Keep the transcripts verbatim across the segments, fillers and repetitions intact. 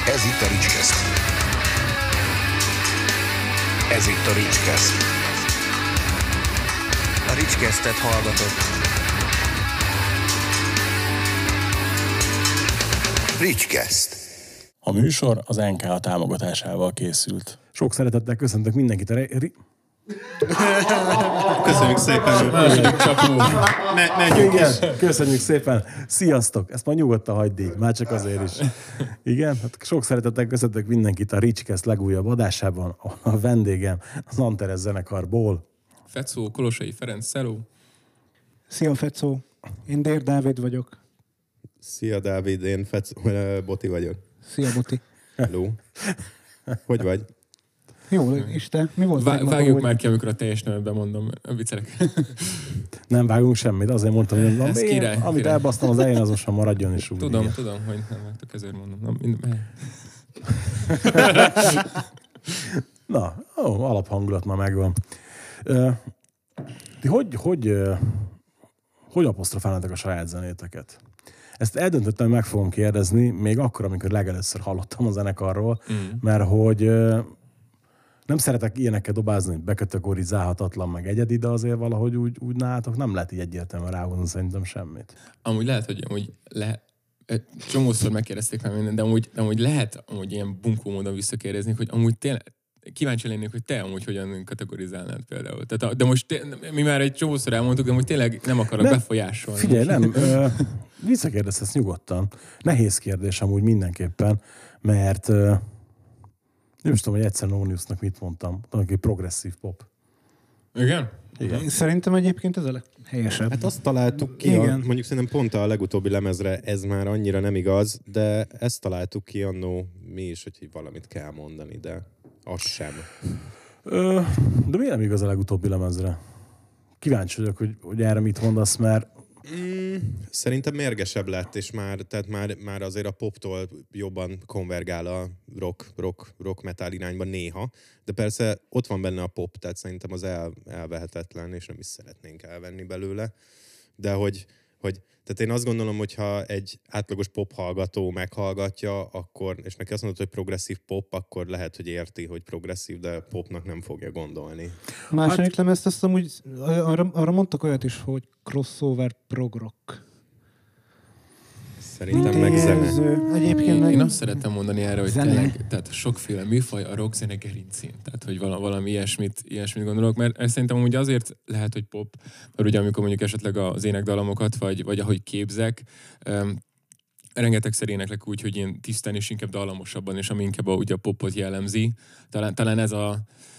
Ez itt a Ricskeszt. Ez itt a Ricskeszt. A Ricskesztet hallgatott. Ricskeszt. A műsor az en ká á támogatásával készült. Sok szeretettel köszöntök mindenkit a... Re- ri- Köszönjük szépen. Második csapó. Me- menjünk is. Igen, köszönjük szépen. Sziasztok! Ezt már nyugodtan hagyd így, már csak azért is. Igen, hát sok szeretettel köszöntök mindenkit a Ricskeszt legújabb adásában. A vendégem az Antares zenekarból. Fecó, Kolosai Ferenc, Szeló. Szia, Fecó. Én Dér Dávid vagyok. Szia, Dávid, én Fecó, Boti vagyok. Szia, Boti. Hello. Hogy vagy? Jó, és te? Mi volt? Vá- tegnap, vágjuk hogy- már ki, amikor a teljes nevet bemondom. Viccelek. Nem vágunk semmit, azért mondtam, hogy Ez én, király, amit király. elbasztam az elején, az most már maradjon is úgy. Tudom, igen. tudom, hogy nem vágtok, ezért mondom. Na, mind- Na, ó, alaphangulat már megvan. Ö, ti hogy, hogy, ö, hogy apostrofálnátok a saját zenéteket? Ezt eldöntöttem, hogy meg fogom kérdezni, még akkor, amikor legelőször hallottam a zenekarról, Mm. mert hogy ö, nem szeretek ilyenekkel dobázni, hogy bekategorizálhatatlan, meg egyedi, de azért valahogy úgy, úgy nálatok nem lehet így egyértelműen ráhozni szerintem semmit. Amúgy lehet, hogy amúgy le... Csomószor megkérdezték már mindent, de amúgy, de amúgy lehet amúgy ilyen bunkó módon visszakérdezni, hogy amúgy tényleg kíváncsi lennék, hogy te amúgy hogyan kategorizálnád például. Tehát, de most té- mi már egy csomószor elmondtuk, de amúgy tényleg nem akarok Nem. befolyásolni. Figyelj, nem, ö, visszakérdezhetsz nyugodtan. Nehéz kérdés amúgy mindenképpen, mert ö, nem is tudom, hogy egyszer Nóniusnak mit mondtam. Tudom, hogy progresszív pop. Igen? Igen. Szerintem egyébként ez a leghelyesebb. Hát azt találtuk ki, a, Igen. mondjuk szerintem pont a legutóbbi lemezre ez már annyira nem igaz, de ezt találtuk ki annó mi is, hogy valamit kell mondani, de az sem. Ö, de miért nem igaz a legutóbbi lemezre? Kíváncsi vagyok, hogy, hogy erre mit mondasz, mert Mm, szerintem mérgesebb lett, és már, tehát már, már azért a poptól jobban konvergál a rock, rock, rock metal irányba néha, de persze ott van benne a pop, tehát szerintem az el, elvehetetlen, és nem is szeretnénk elvenni belőle. De hogy, hogy tehát én azt gondolom, hogyha egy átlagos pop hallgató meghallgatja, akkor, és neki azt mondod, hogy progresszív pop, akkor lehet, hogy érti, hogy progresszív, de popnak nem fogja gondolni. A második hát... lemezt azt amúgy, arra, arra mondtak olyat is, hogy crossover prog rock. Szerintem meg zene. Érző. Egyébként Én, meg... én azt szerettem mondani erre, hogy Zene. tényleg, tehát sokféle műfaj a rockzene gerincén. Tehát, hogy vala, valami ilyesmit, ilyesmit gondolok, mert ez szerintem ugye azért lehet, hogy pop, mert ugye amikor mondjuk esetleg az énekdalamokat, vagy, vagy ahogy képzek, um, rengetegszer éneklek úgy, hogy ilyen tisztán és inkább dallamosabban, és ami inkább a, ugye a popot jellemzi. Talán, talán ez a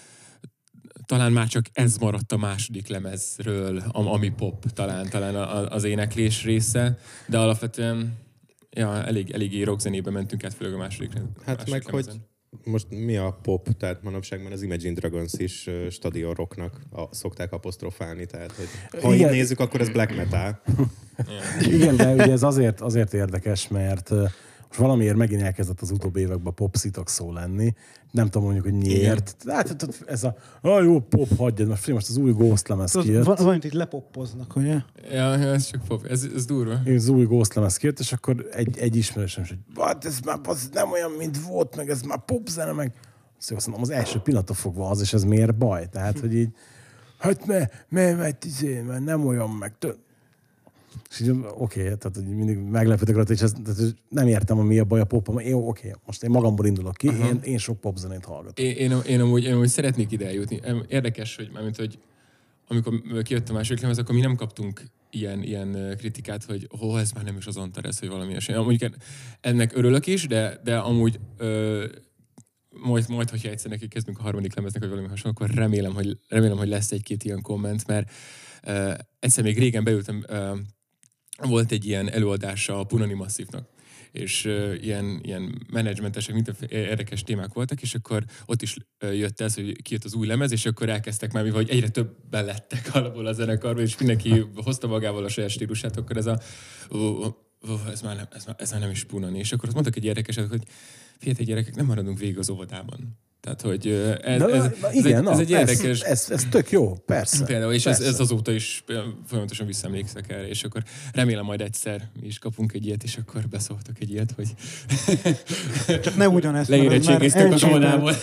talán már csak ez maradt a második lemezről, ami pop, talán, talán az éneklés része, de alapvetően ja, elég, eléggé rockzenébe mentünk át, főleg a második, Hát második meg, lemezen. hogy most mi a pop, tehát manapság már az Imagine Dragons is uh, stadion rocknak a, szokták apostrofálni, tehát hogy ha Igen. így nézzük, akkor ez black metal. igen, de ugye ez azért, azért érdekes, mert ö, most valamiért megint elkezdett az utóbbi években pop szó lenni. Nem tudom mondjuk, hogy miért. Hát ez a, ah, jó, pop, hagyjad, most most az új Ghost lemez kijött. Valamint itt lepoppoznak, ugye? Ja, ez csak pop, ez, ez durva. Az új Ghost lemez kijött, és akkor egy, egy ismerősöm is, hogy hát ez már az nem olyan, mint volt, meg ez már popzene, meg szóval azt mondom, az első pillanattól fogva az, és ez miért baj? Tehát, hogy így, hát mert, mert, mert, mert, mert nem olyan, meg tő... És így, oké, okay, tehát hogy mindig meglepődök rá, és ez, tehát nem értem, hogy mi a baj a pop. Én, oké, okay, most én magamból indulok ki, én, én sok popzenét hallgatom. Én, én, én, amúgy, én amúgy szeretnék ide eljutni. Érdekes, hogy, mármint, hogy amikor kijött a második lemez, akkor mi nem kaptunk ilyen, ilyen kritikát, hogy hol ez már nem is az Antares, hogy valami ilyesmi. Amúgy ennek örülök is, de, de amúgy ö, majd, majd, hogyha egyszer neki kezdünk a harmadik lemeznek, vagy valami hasonló, akkor remélem, hogy, remélem, hogy lesz egy-két ilyen komment, mert ö, egyszer még régen beültem, ö, volt egy ilyen előadása a Punani Masszívnak, és uh, ilyen, ilyen menedzsmentesek, mindenféle érdekes témák voltak, és akkor ott is uh, jött ez, hogy kijött az új lemez, és akkor elkezdtek már, mivel egyre többen lettek alapból a zenekarból, és mindenki hozta magával a saját stílusát, akkor ez a ó, ó, ez, már nem, ez, már, ez már nem is Punani. És akkor azt mondtak egy érdekeset, hogy figyelj, gyerekek, nem maradunk végig az óvodában. Tehát, hogy ez, Na, ez, na, ez, igen, egy, na, ez egy érdekes... Ez, ez, ez tök jó, persze. Például, és ez, persze. ez azóta is folyamatosan visszaemlékszek erre, és akkor remélem majd egyszer mi is kapunk egy ilyet, és akkor beszóltok egy ilyet, hogy Csak ne ugyanezt, mert az már leérettségiztek a elcsépelt. zónából.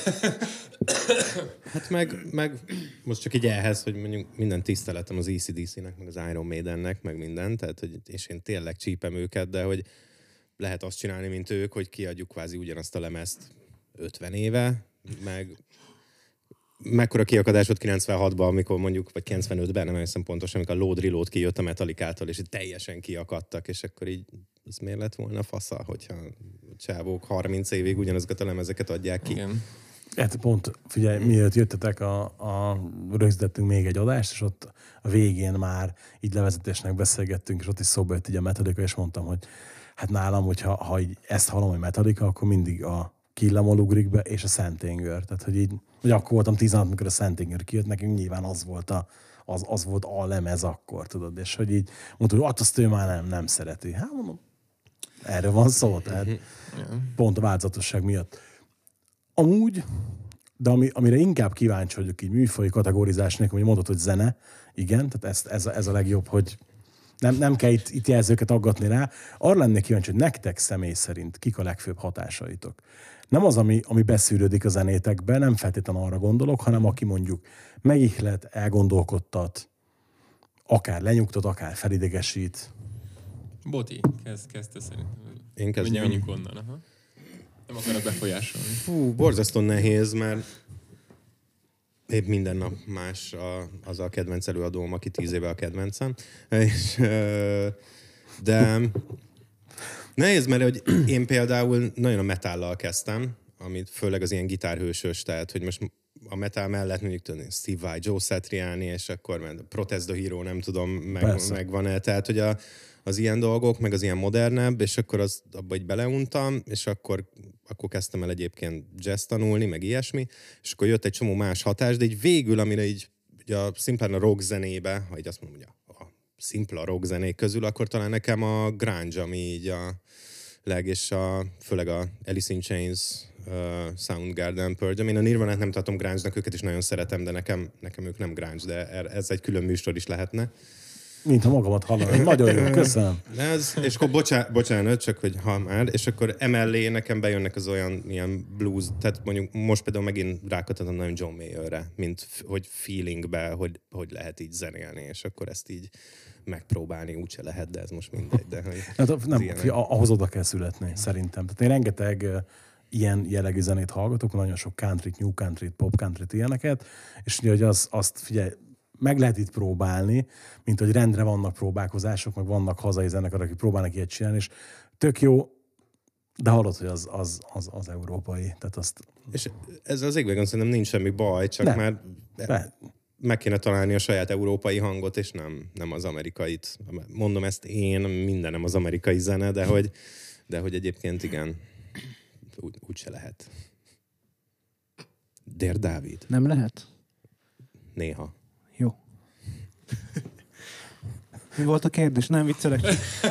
Hát meg, meg most csak így ehhez, hogy mondjuk minden tiszteletem az á cé dé cé-nek, meg az Iron Maidennek, meg minden, tehát, hogy, és én tényleg csípem őket, de hogy lehet azt csinálni, mint ők, hogy kiadjuk kvázi ugyanazt a lemezt ötven éve, meg mekkora kiakadás volt kilencvenhatban, amikor mondjuk, vagy kilencvenötben, nem hiszem pontosan, amikor a Load Reload kijött a Metallicától, és teljesen kiakadtak, és akkor így ez miért lett volna fasza, hogyha csávók harminc évig ugyanazokat a lemezeket adják ki. Igen. Hát pont, figyelj, mielőtt jöttetek, a, a, rögzítettünk még egy adást, és ott a végén már így levezetésnek beszélgettünk, és ott is szóba jött így a Metallica, és mondtam, hogy hát nálam, hogyha ha így ezt hallom, hogy Metallica, akkor mindig a Killamol ugrik be, és a Sentinger. Tehát, hogy így, hogy akkor voltam tizenhat, amikor a Sentinger kijött, nekünk nyilván az volt a, az, az volt a lemez akkor, tudod, és hogy így mondta, hogy azt ő már nem, nem szereti. Hát mondom, erről van szó, tehát pont a változatosság miatt. Amúgy, de ami, amire inkább kíváncsi vagyok így műfaji kategorizás nélkül, hogy mondod, hogy zene, igen, tehát ez, ez, a, ez a legjobb, hogy nem, nem kell itt, itt jelzőket aggatni rá. Arra lennék kíváncsi, hogy nektek személy szerint kik a legfőbb hatásaitok. Nem az, ami, ami beszűrődik a zenétekbe, nem feltétlenül arra gondolok, hanem aki mondjuk megihlet, elgondolkodtat, akár lenyugtat, akár felidegesít. Boti, kezd, kezdte szerintem. Én kezdjem. Menjünk onnan, aha. Nem akarok befolyásolni. Fú, borzasztó nehéz, mert épp minden nap más a, az a kedvenc előadóm, aki tíz éve a kedvencem. És, de nehéz, mert hogy én például nagyon a metállal kezdtem, amit főleg az ilyen gitárhősös, tehát hogy most a metal mellett mondjuk tudni, Steve Vai, Joe Satriani, és akkor Protest the Hero, nem tudom, meg, megvan-e. Tehát, hogy a, az ilyen dolgok, meg az ilyen modernebb, és akkor az, abba így beleuntam, és akkor, akkor kezdtem el egyébként jazz tanulni, meg ilyesmi, és akkor jött egy csomó más hatás, de így végül, amire így ugye a szimplán a rock zenébe, ha így azt mondom, hogy a, a szimpla rock zenék közül, akkor talán nekem a grunge, ami így a leg, és a, főleg a Alice in Chains, uh, Soundgarden, Pearl Jam. Én a Nirvanát nem tartom grunge-nak, őket is nagyon szeretem, de nekem, nekem ők nem grunge, de ez egy külön műsor is lehetne. Mintha magamat hallom. Nagyon jó, köszönöm. Ez, és akkor bocsánat, bocsánat, csak hogy ha már, és akkor emellé nekem bejönnek az olyan ilyen blues, tehát mondjuk most például megint rákatadom nagyon John Mayerre, mint hogy feelingbe, hogy, hogy lehet így zenélni, és akkor ezt így megpróbálni úgyse lehet, de ez most mindegy. De, hogy hát, nem, fi, ahhoz oda kell születni, szerintem. Tehát én rengeteg uh, ilyen jellegű zenét hallgatok, nagyon sok countryt, new countryt, pop countryt, ilyeneket, és ugye, hogy az, azt figyelj, meg lehet itt próbálni, mint hogy rendre vannak próbálkozások, meg vannak hazai zenekarok, akik próbálnak ilyet csinálni, és tök jó, de hallod, hogy az, az, az, az európai. Tehát azt... És ez az égben szerintem nincs semmi baj, csak nem. már Nem. meg kéne találni a saját európai hangot, és nem, nem az amerikait. Mondom ezt én, mindenem az amerikai zene, de hogy, de hogy egyébként igen, úgy, úgy se lehet. Dér Dávid. Nem lehet? Néha. Jó. Mi volt a kérdés? Nem viccelek.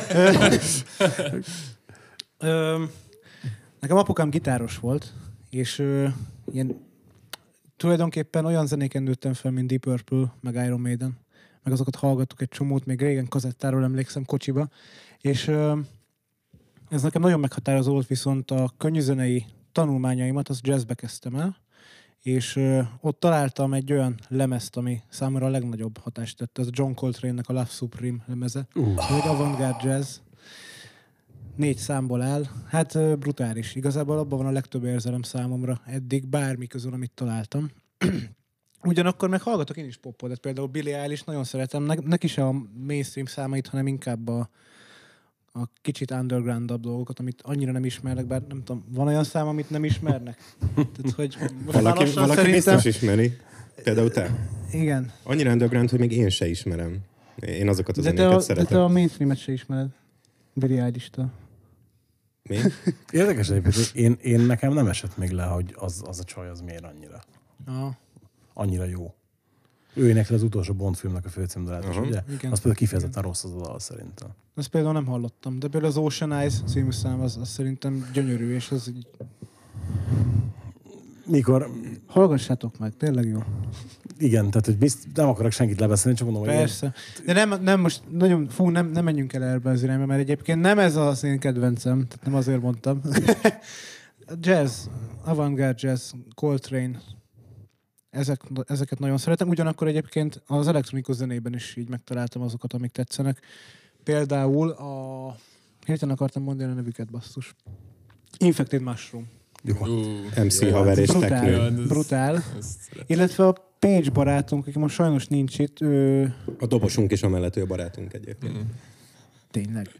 Ö, nekem apukám gitáros volt, és ö, ilyen, tulajdonképpen olyan zenéken nőttem fel, mint Deep Purple, meg Iron Maiden. Meg azokat hallgattuk egy csomót, még régen kazettáról emlékszem kocsiba. És ö, ez nekem nagyon meghatározó volt, viszont a könnyűzenei tanulmányaimat azt jazzbe kezdtem el, és ö, ott találtam egy olyan lemezt, ami számomra a legnagyobb hatást tett. Ez a John Coltrane-nek a Love Supreme lemeze. Uh. Ez egy avantgárd jazz. Négy számból áll. Hát ö, brutális. Igazából abban van a legtöbb érzelem számomra eddig, bármi közül, amit találtam. Ugyanakkor meg hallgatok én is popot, de például Billie Eilish nagyon szeretem. Ne, neki se a mainstream számait, hanem inkább a, a kicsit underground-abb dolgokat, amit annyira nem ismernek, bár nem tudom, van olyan szám, amit nem ismernek? Tehát, hogy valaki valaki szerintem... biztos ismeri. Például te. Igen. Annyira underground, hogy még én se ismerem. Én azokat a de zenéket te a, szeretem. De te a mainstreamet se ismered. Billie Eilish-től. Mi? Érdekes egyébként, én, én nekem nem esett még le, hogy az, az a csaj az miért annyira. Aha. Annyira jó. Ő énekel az utolsó Bond filmnek a főcímdalát, uh-huh. ugye? Igen. Az például kifejezetten rossz az a dal szerintem. Ezt például nem hallottam, de például az Ocean Eyes című szám, az, az szerintem gyönyörű, és az így... mikor... Hallgassátok meg, tényleg jó. Igen, tehát hogy bizt, nem akarok senkit lebeszélni, csak mondom, hogy Persze. De nem, nem most nagyon, fú, nem, nem menjünk el erbe az irányba, mert egyébként nem ez az én kedvencem, tehát nem azért mondtam. Jazz, avantgárd jazz, Coltrane, ezek, ezeket nagyon szeretem. Ugyanakkor egyébként az elektronikus zenében is így megtaláltam azokat, amik tetszenek. Például a... Hirtelen akartam mondani a nevüket, basszus. Infected Mushroom. jó. em cé haver és Brutál. teknő. Brutál. Illetve a Page barátunk, aki most sajnos nincs itt, ő... A dobosunk is amellett ő a barátunk egyébként. Mm. Tényleg.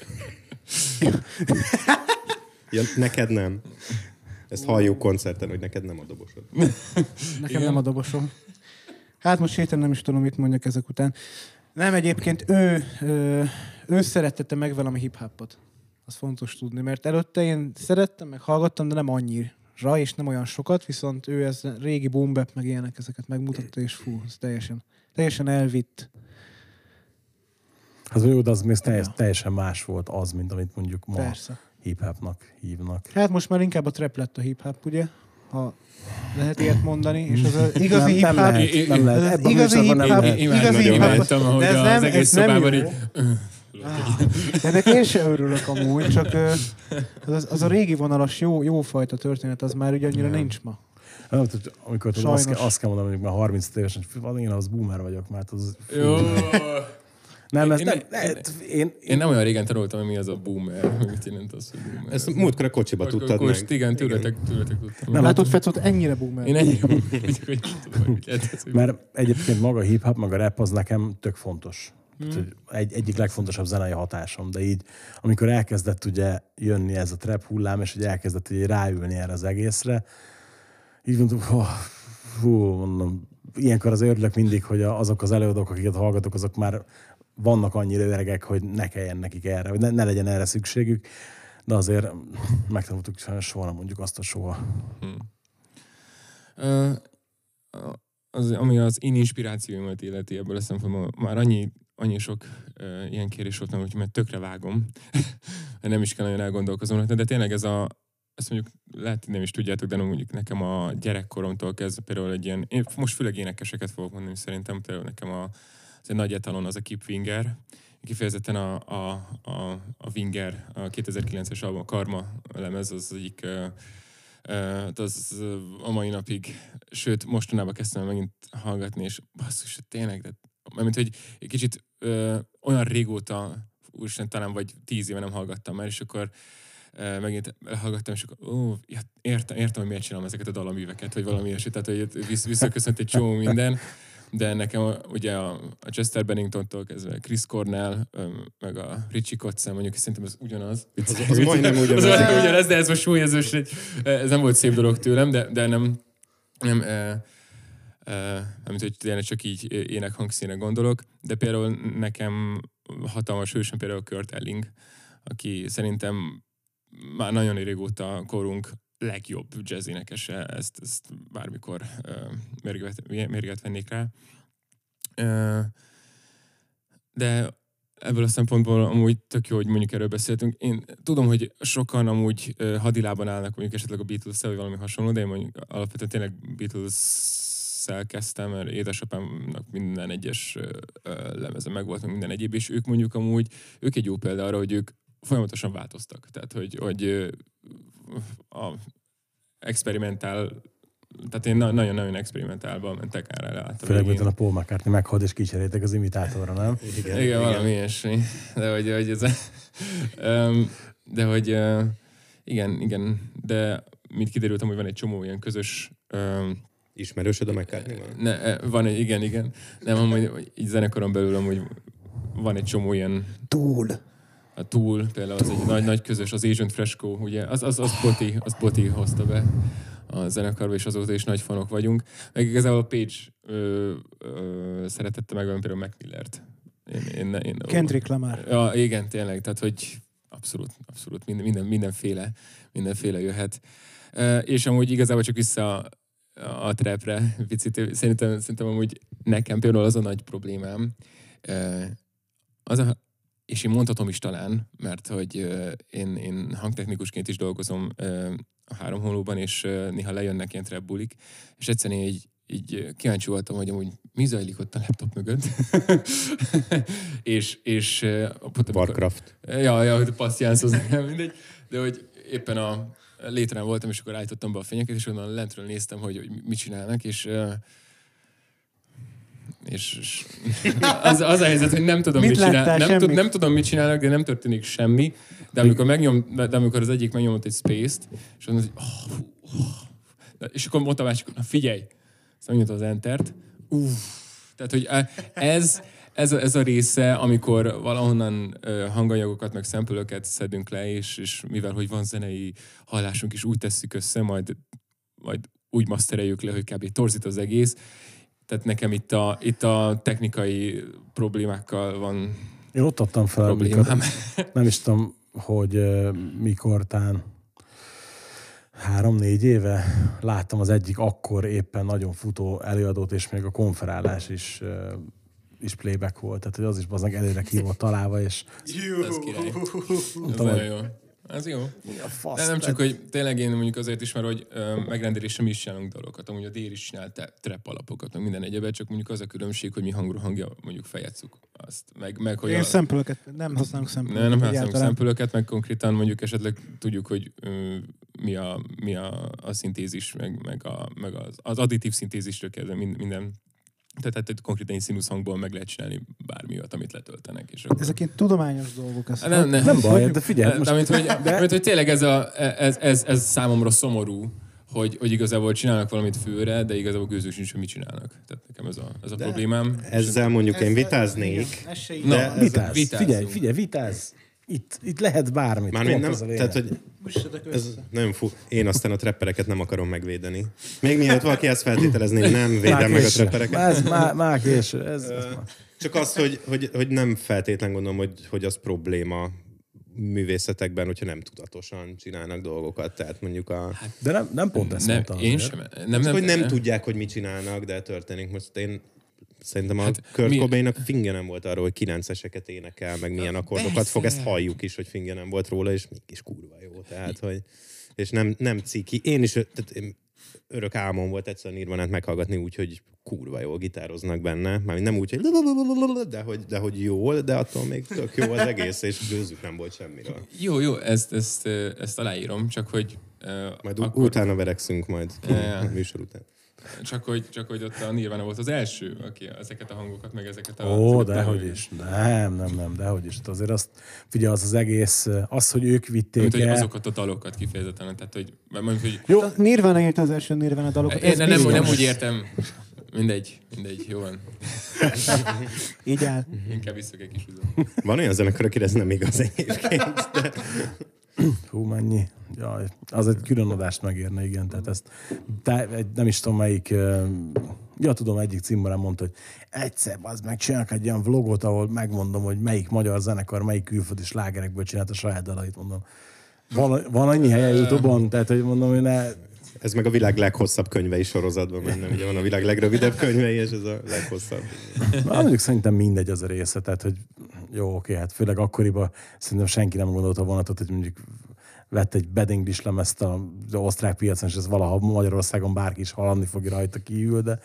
Ja, neked nem. Ezt halljuk koncerten, hogy neked nem a dobosod. Nekem igen. Nem a dobosom. Hát most hirtelen nem is tudom, mit mondjak ezek után. Nem, egyébként ő, ő, ő szerettette meg velem a hip-hopot. Az fontos tudni, mert előtte én szerettem, meg hallgattam, de nem annyira, és nem olyan sokat, viszont ő ez régi boom bap, meg ilyenek, ezeket megmutatta, és fú, ez teljesen, teljesen elvitt. Az jó, de az még teljes, teljesen más volt az, mint amit mondjuk ma Persze. hip-hopnak hívnak. Hát most már inkább a trap lett a hip-hop, ugye? Ha lehet ilyet mondani, és az, az igazi hip-hop... Nem lehet, nem lehet. Az Ebben a igazi műsorban nem hip-hop, lehet. igazi Nagyon hip-hop, láttam, ahogy de ez az nem, egész ez nem szobában jó. így... Ennek én sem örülök amúgy, csak ö, az, az a régi vonalas jó, jó fajta történet, az már ugye annyira nincs ma. Nem, tehát, amikor tudod, azt, Sajnos. kell, azt kell mondanom, hogy már harminc évesen, hogy én az boomer vagyok, mert az... Jó. Nem, ez Én- nem, én- ne, én, Én nem olyan régen tanultam, hogy mi az a boomer, hogy mit jelent az, hogy boomer. Ezt múltkor a kocsiba Akkor- tudtad akkor meg. Igen, tőletek, tőletek tudtam. Nem, Látod, Fecot, ennyire boomer. Én ennyire mondjuk, hogy tudom, hogy mit lehet ez, hogy... mert egyébként maga a hip-hop, maga a rap az nekem tök fontos. Tehát, hogy egy, egyik legfontosabb zenei hatásom, de így, amikor elkezdett ugye jönni ez a trap hullám, és hogy elkezdett ugye ráülni erre az egészre, így mondom, oh, hú, mondom, ilyenkor az örülök mindig, hogy azok az előadók, akiket hallgatok, azok már vannak annyira öregek, hogy ne kelljen nekik erre, hogy ne, ne legyen erre szükségük, de azért megtanultuk, hogy soha nem mondjuk azt a soha. Hmm. Uh, az, ami az én inspirációimat illeti ebből a szempontból, már annyi, annyi sok uh, ilyen kérés volt, hogy mert tökre vágom, nem is kell nagyon elgondolkozom, de tényleg ez a, ezt mondjuk lehet, nem is tudjátok, de mondjuk nekem a gyerekkoromtól kezdve például egy ilyen, én most főleg énekeseket fogok mondani, szerintem például nekem a, az egy nagy etalon az a Kip Winger, kifejezetten a, a, a, a Winger, a kétezer-kilences album, a Karma lemez, az egyik uh, uh, az a mai napig, sőt, mostanában kezdtem megint hallgatni, és basszus, tényleg, de, mert hogy egy kicsit uh, olyan régóta, úristen, talán vagy tíz éve nem hallgattam már, és akkor uh, megint hallgattam, és akkor ó, ja, értem, értem, hogy miért csinálom ezeket a dalaműveket, vagy valami ilyesmi, tehát hogy visz, visszaköszönt egy csomó minden, de nekem a, ugye a, a Chester Benningtontól kezdve Chris Cornell, meg a Richie Kotzen, mondjuk szerintem ez ugyanaz. Az, az majdnem ugyanaz. Az majdnem ugyanaz, de ez most súlyezős, ez nem volt szép dolog tőlem, de, de nem, nem, e, e, nem hogy tényleg csak így énekhangszíne gondolok, de például nekem hatalmas hősöm például Kurt Elling, aki szerintem már nagyon régóta korunk legjobb jazz énekese, ezt, ezt bármikor uh, mérget, mérget vennék rá. Uh, de ebből a szempontból amúgy tök jó, hogy mondjuk erről beszéltünk. Én tudom, hogy sokan amúgy uh, hadilában állnak mondjuk esetleg a Beatles-szel, vagy valami hasonló, de én mondjuk alapvetően tényleg Beatles-szel kezdtem, mert édesapámnak minden egyes uh, lemeze megvolt, minden egyéb, és ők mondjuk amúgy, ők egy jó példa arra, hogy ők folyamatosan változtak. Tehát, hogy, hogy uh, a experimentál, tehát én na- nagyon-nagyon experimentálban mentek erre. Főleg, mint a Paul McCartney meghalt, és kicseréltek az imitátorra, nem? Igen, igen, igen, valami ilyesmi. De hogy, hogy ez... um, de hogy... Uh, igen, igen. De mint kiderültem, hogy van egy csomó ilyen közös... Um, Ismerősöd a McCartney-val? ne, van egy, igen, igen. Nem, amúgy így zenekaron belül amúgy van egy csomó ilyen... Túl. A Tool, például az egy nagy-nagy közös, az Agent Fresco, ugye, az, az, az Boti, az Boti hozta be a zenekarba, és azóta is nagy fanok vagyunk. Meg igazából a Page ö, ö, szeretette meg például Mac Millert. Én, én, én, Kendrick Lamar. Ja, igen, tényleg, tehát hogy abszolút, abszolút, minden, minden, mindenféle, mindenféle jöhet. E, és amúgy igazából csak vissza a, a trapre, picit, szerintem, szerintem amúgy nekem például az a nagy problémám, e, az a és én mondhatom is talán, mert hogy uh, én, én hangtechnikusként is dolgozom uh, a három holóban, és uh, néha lejönnek ilyen trap bulik, és egyszerűen így, így kíváncsi voltam, hogy amúgy mi zajlik ott a laptop mögött. és, és uh, pont, Warcraft. Amikor, ja, ja, hogy passziánsz az nem mindegy, de hogy éppen a létrán voltam, és akkor állítottam be a fényeket, és onnan lentről néztem, hogy, hogy mit csinálnak, és uh, És, és az, az a helyzet, hogy nem tudom, mit, mit csinál, nem, tud, nem tudom, mit csinálnak, de nem történik semmi. De amikor, megnyom, de amikor az egyik megnyomott egy space-t, és mondom, hogy oh, oh. És akkor mondta a másik, na figyelj! Szóval megnyomta az Entert. Uff. Tehát, hogy ez, ez, a, ez a része, amikor valahonnan uh, hanganyagokat, meg szempülöket szedünk le, és, és mivel, hogy van zenei hallásunk is, úgy tesszük össze, majd, majd úgy mastereljük le, hogy kb. Torzít az egész. Tehát nekem itt a, itt a technikai problémákkal van. Én ott adtam fel, amikor, nem is tudom, hogy uh, mikor tán három-négy éve láttam az egyik akkor éppen nagyon futó előadót, és még a konferálás is, uh, is playback volt. Tehát, hogy az is bazdmeg előre ki volt találva, és... Ez király. Mondtam, Ez hogy... jó. Ez jó. Fasz, de nem csak, hogy tényleg én mondjuk azért is, mert hogy ö, megrendelésre mi is csinálunk dolgokat. Amúgy a Dér is csinál trap alapokat, meg minden egyebet, csak mondjuk az a különbség, hogy mi hangról hangja mondjuk fejegyszuk azt. Meg, meg, hogy én a... szempülöket, nem használunk szempülöket. Nem, nem használunk szempülöket, meg konkrétan mondjuk esetleg tudjuk, hogy ö, mi a, mi a, a szintézis, meg, meg, a, meg az, az additív szintézisről kezdve minden. Tehát, tehát konkrétan egy színusz hangból meg lehet csinálni bármilyat, amit letöltenek. És akkor... Ezek ilyen tudományos dolgok. Ezt nem, nem, nem baj, de figyelj. De, most... de, mint, hogy, de... mint, hogy tényleg ez, a, ez, ez, ez számomra szomorú, hogy, hogy igazából csinálnak valamit főre, de igazából gőzük sincs, hogy mit csinálnak. Tehát nekem ez a, ez a problémám. Ezzel mondjuk én vitáznék. Na, de vitáz, figyelj, figyelj, vitáz. Itt, itt lehet bármit. Már nem, tehát, hogy ez nem fú. Én aztán a trappereket nem akarom megvédeni. Még mielőtt valaki ezt feltételezni, nem védem meg a trappereket. Ez már, már késő. Ez, ez már. Csak az, hogy, hogy, hogy nem feltétlen gondolom, hogy, hogy az probléma művészetekben, hogyha nem tudatosan csinálnak dolgokat. Tehát mondjuk a... De nem, nem pont ezt nem, mondtam. Én sem. Nem, nem, hogy nem, nem tudják, hogy mit csinálnak, de történik. Most én szerintem a hát, Kurt mi... Cobainnak finge nem volt arról, hogy kilenceseket énekel, meg milyen akkordokat Persze. fog, ezt halljuk is, hogy finge nem volt róla, és mégis kurva jó. Tehát, hogy, és nem, nem ciki. Én is, tehát én, örök álmom volt egyszer Nirvanát meghallgatni úgy, hogy kurva jól gitároznak benne. Mármint nem úgy, hogy de hogy, de hogy jól, de attól még tök jó az egész, és gőzük nem volt semmiről. Jó, jó, ezt, ezt, ezt aláírom, csak hogy... Uh, majd akkor... utána verekszünk majd a műsor után. Csak hogy, csak hogy ott a Nirvana volt az első, aki ezeket a hangokat, meg ezeket a... Ó, dehogy is. Nem, nem, nem, dehogy is. Azért azt, figyelj, az az egész, az, hogy ők vitték mint, el... hogy azokat a dalokat kifejezetten, tehát, hogy... Mondjuk, hogy... Jó, Nirvana írta az első Nirvana dalokat. Én, nem, nem, nem úgy értem. Mindegy, mindegy, jó van. Így áll. Inkább visszak egy kis üzem. Van olyan zenekar, akire ez nem igaz egyébként, de... Hú, mennyi. Jaj, az egy külön adást megérne, igen. Tehát ezt, tá, nem is tudom melyik, ja tudom, egyik címbarán mondta, hogy egyszer az meg csinálok egy olyan vlogot, ahol megmondom, hogy melyik magyar zenekar, melyik külföldi slágerekből csinált a saját dalait, mondom. Van, van annyi helye YouTube-on, tehát hogy mondom, hogy ne... Ez meg a világ leghosszabb könyvei sorozatban menne. Ugye van a világ legrövidebb könyvei, és ez a leghosszabb. Na, mondjuk szerintem mindegy az a része, tehát hogy jó, oké, hát főleg akkoriban szerintem senki nem gondolta vonatot, hogy mondjuk vett egy Bad English lemezt az osztrák piacon, és ez valaha Magyarországon bárki is hallani fogja rajta kívül, de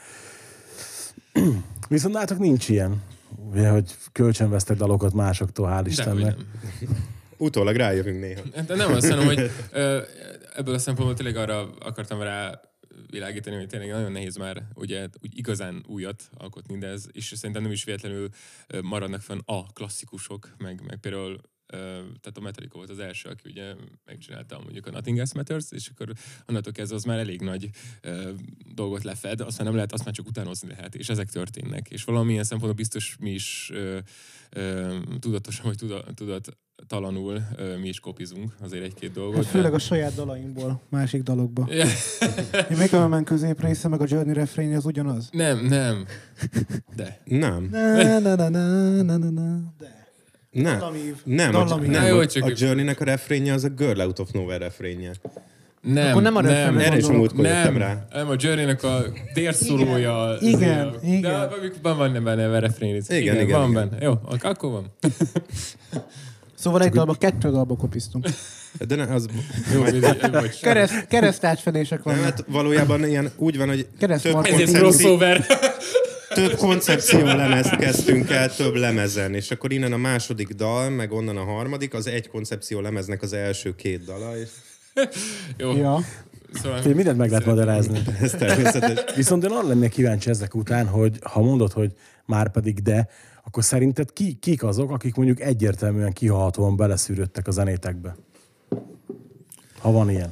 viszont nálatok nincs ilyen, ugye, hogy kölcsönvesztek dalokat másoktól, hál' Istennek. Utólag rájövünk néha. De nem azt mondom, hogy ebből a szempontból tényleg arra akartam rá világítani, hogy tényleg nagyon nehéz már ugye úgy igazán újat alkotni, de ez, és szerintem nem is véletlenül maradnak fenn a klasszikusok, meg, meg például tehát a Metallica volt az első, aki ugye megcsinálta mondjuk a Nothing Else Matters, és akkor onnantól kezdve az már elég nagy uh, dolgot lefed, azt már nem lehet, azt már csak utánozni lehet, és ezek történnek. És valamilyen szempontból biztos mi is uh, uh, tudatosan, vagy tudat, tudattalanul uh, mi is kopizunk azért egy-két dolgot. Hát főleg a saját dalainkból, másik dalokba. Én még a közép része, meg a Journey refrénye az ugyanaz? Nem, nem. De. Nem. Na, na, na, na, na, na, na. De. Nem, Dallamív. nem, Dallamív. a, nem jó, a, csak a Journey-nek a refrénje az a Girl Out of Nowhere refrénje. Nem, Akkor nem a nem, refrenre Erre is a gondolok. múltkor jöttem nem, rá. nem, a Journey-nek a dérszólója. Igen, az- igen. De van benne benne a refrén. Igen, igen, Van igen. benne. Jó, ak- akkor van. Szóval egy dalba, kettő dalba kopisztunk. De ne, az... Jó, vagy Kereszt, keresztátfedések Nem, vannak. hát valójában ilyen úgy van, hogy Kereszt több, marketing. ezért koncepció, crossover. több koncepció lemezt kezdtünk el több lemezen, és akkor innen a második dal, meg onnan a harmadik, az egy koncepció lemeznek az első két dala, és Jó. Ja. Szóval... Úgyhogy mindent meg lehet magyarázni. ez természetes. Viszont én arra lennék kíváncsi ezek után, hogy ha mondod, hogy már pedig de, akkor szerinted ki, kik azok, akik mondjuk egyértelműen kihalhatóan beleszűrődtek a zenétekbe? Ha van ilyen.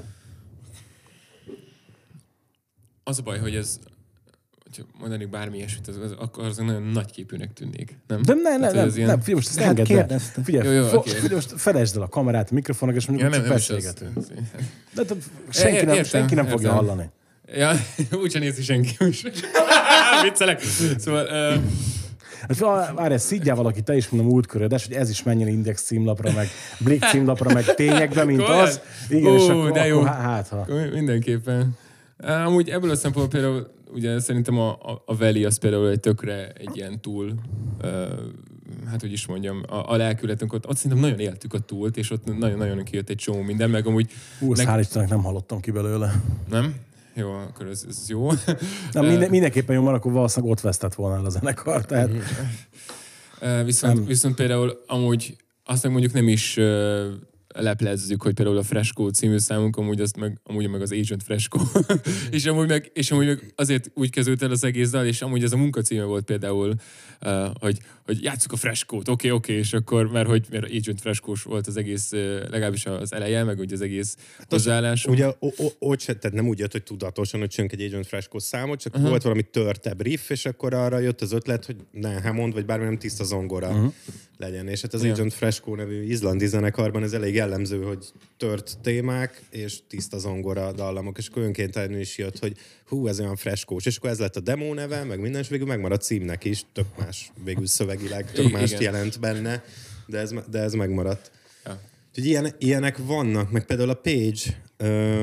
Az a baj, hogy ez, hogyha mondanék bármi ilyesmit, az, az, akkor az nagyon nagyképűnek tűnnék. Nem? De ne, ne, Tehát, nem, hogy ez ilyen- nem, figyelj, most ezt Hát engedd el. kérdezte. Figyelj, Jó, jó, fo- oké. figyelj, most felejtsd el a kamerát, a mikrofonog, és mondjuk Ja, csak nem, nem is az. beszélgetünk. De tehát senki, É- nem, értem, senki nem fogja értem. hallani. Ja, úgyse nézi senki. Viccelek. Szóval... Uh, Hát várj, szidjál valaki, te is mondom múltkörödes, hogy ez is menjen Index címlapra, meg Blick címlapra, meg tényekbe, mint Komolyan? az. Igen, Ó, és akkor, de jó. akkor há- hát, ha. Akkor mindenképpen. Amúgy ebből a szempontból például, ugye szerintem a, a, a Valley az például egy tökre egy ilyen túl, uh, hát hogy is mondjam, a, a lelkületünk ott, ott szerintem nagyon éltük a túlt, és ott nagyon-nagyon kijött egy csomó minden, meg amúgy... Hú, azt nek- hál' Istennek nem hallottam ki belőle. Nem? Jó, akkor ez, ez jó. Nem, minden, mindenképpen jó, mert akkor valószínűleg ott vesztett volna el a zenekar. Tehát Uh, viszont, viszont például amúgy azt meg mondjuk nem is uh, leplezzük, hogy például a Fresco című számunk, amúgy, azt meg, amúgy meg az Agent Fresco. és, amúgy meg, és amúgy meg azért úgy kezdődött el az egész dal, és amúgy ez a munkacíme volt például, uh, hogy, hogy játsszuk a Fresco-t, oké, okay, oké, okay, és akkor, mert hogy mert Agent Fresco volt az egész, uh, legalábbis az eleje, meg ugye az egész hozzáállásunk. Ugye o- o- ott se, tehát nem úgy jött, hogy tudatosan, hogy csinálunk egy Agent Fresco számot, csak uh-huh. volt valami törtebb riff, és akkor arra jött az ötlet, hogy ne Hammond, vagy bármi nem tiszta zongora uh-huh. legyen. És hát az Ja. Agent Fresco nevű izlandi zenekarban ez elég jellemző, hogy tört témák és tiszta zongora dallamok, és akkor önkéntelenül is jött, hogy hú, ez olyan freskós, és akkor ez lett a demo neve, meg minden, és végül megmaradt címnek is, tök más végül szövegileg, tök Igen. mást jelent benne, de ez, de ez megmaradt. Ja. Úgyhogy ilyen, ilyenek vannak, meg például a Page ö,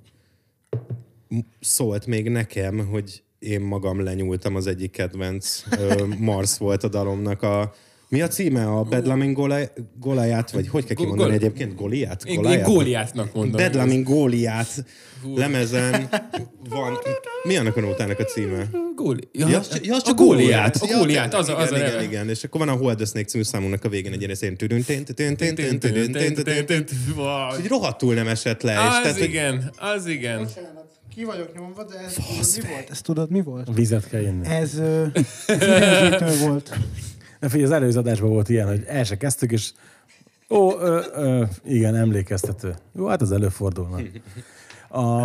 szólt még nekem, hogy én magam lenyúltam az egyik kedvenc ö, Mars volt a dalomnak a... Mi a címe? A Bedlaming Goliath, vagy hogy kell kimondani Gol- egyébként? Goliath? Én, én Góliátnak mondom. Bedlaming Goliath lemezen van... Mi annak a nótának a címe? Góli. Ja, Ja, az- ja, az a csak Góliát. A Ja, Góliát, az a, az a igen, neve. igen, igen, és akkor van a Hold the Snake című számunknak a végén egy ilyen szén tüdün, tén, tén, tén, tén, tén, tén, tén, tén. Wow. Így rohadtul nem esett le. és Az tehát, hogy- igen, az igen. Ki vagyok nyomva, de ez tudod, mi volt? Ezt tudod, mi volt? vizet kell inni. Ez ö, idegesítő volt. De figyelj, az előző adásban volt ilyen, hogy el se kezdtük, és ó, ö, ö, igen, emlékeztető. Jó, hát az előfordulna. A,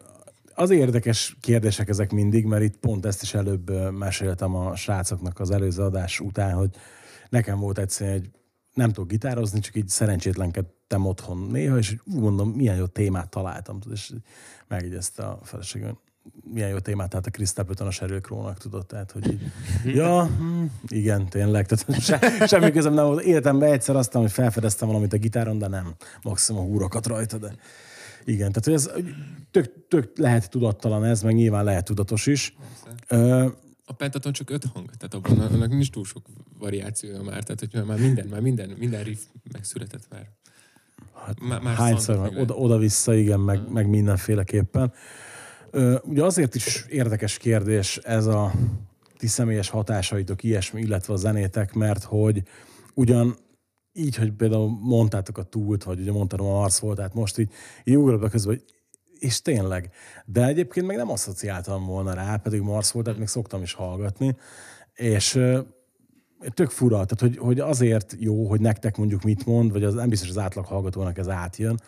az érdekes kérdések ezek mindig, mert itt pont ezt is előbb ö, meséltem a srácoknak az előző adás után, hogy nekem volt egyszerűen, hogy nem tudok gitározni, csak így szerencsétlenkedtem otthon néha, és úgy mondom, milyen jó témát találtam, tudod, és megjegyezte a feleségem, milyen jó témát, tehát a Chris Stapleton a Sheryl Crow-nak tudott, tehát, hogy így, ja, hm, igen, tényleg, tehát se, semmi közöm nem volt. Életemben egyszer aztán, hogy felfedeztem valamit a gitáron, de nem, maximum a húrokat rajta, de igen, tehát hogy ez tök, tök lehet tudattalan ez, meg nyilván lehet tudatos is. Ö, A pentaton csak öt hang, tehát abban annak nincs túl sok variációja már, tehát hogy már minden, már minden, minden riff megszületett már. Hát Má- már hányszor, szandok meg meg oda, oda-vissza, igen, meg, meg mindenféleképpen. Ö, ugye azért is érdekes kérdés ez a ti személyes hatásaitok, ilyesmi, illetve a zenétek, mert hogy ugyan így, hogy például mondtátok a túlt, vagy ugye mondtam a Mars volt, tehát most így, így ugrott be közben, hogy és tényleg. De egyébként meg nem asszociáltam volna rá, pedig Mars volt, tehát még szoktam is hallgatni. És ö, tök fura, tehát hogy, hogy azért jó, hogy nektek mondjuk mit mond, vagy az nem biztos az átlag hallgatónak ez átjön.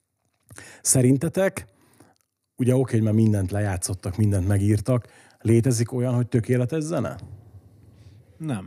Szerintetek, ugye oké, hogy már mindent lejátszottak, mindent megírtak, létezik olyan, hogy tökéletes zene? Nem.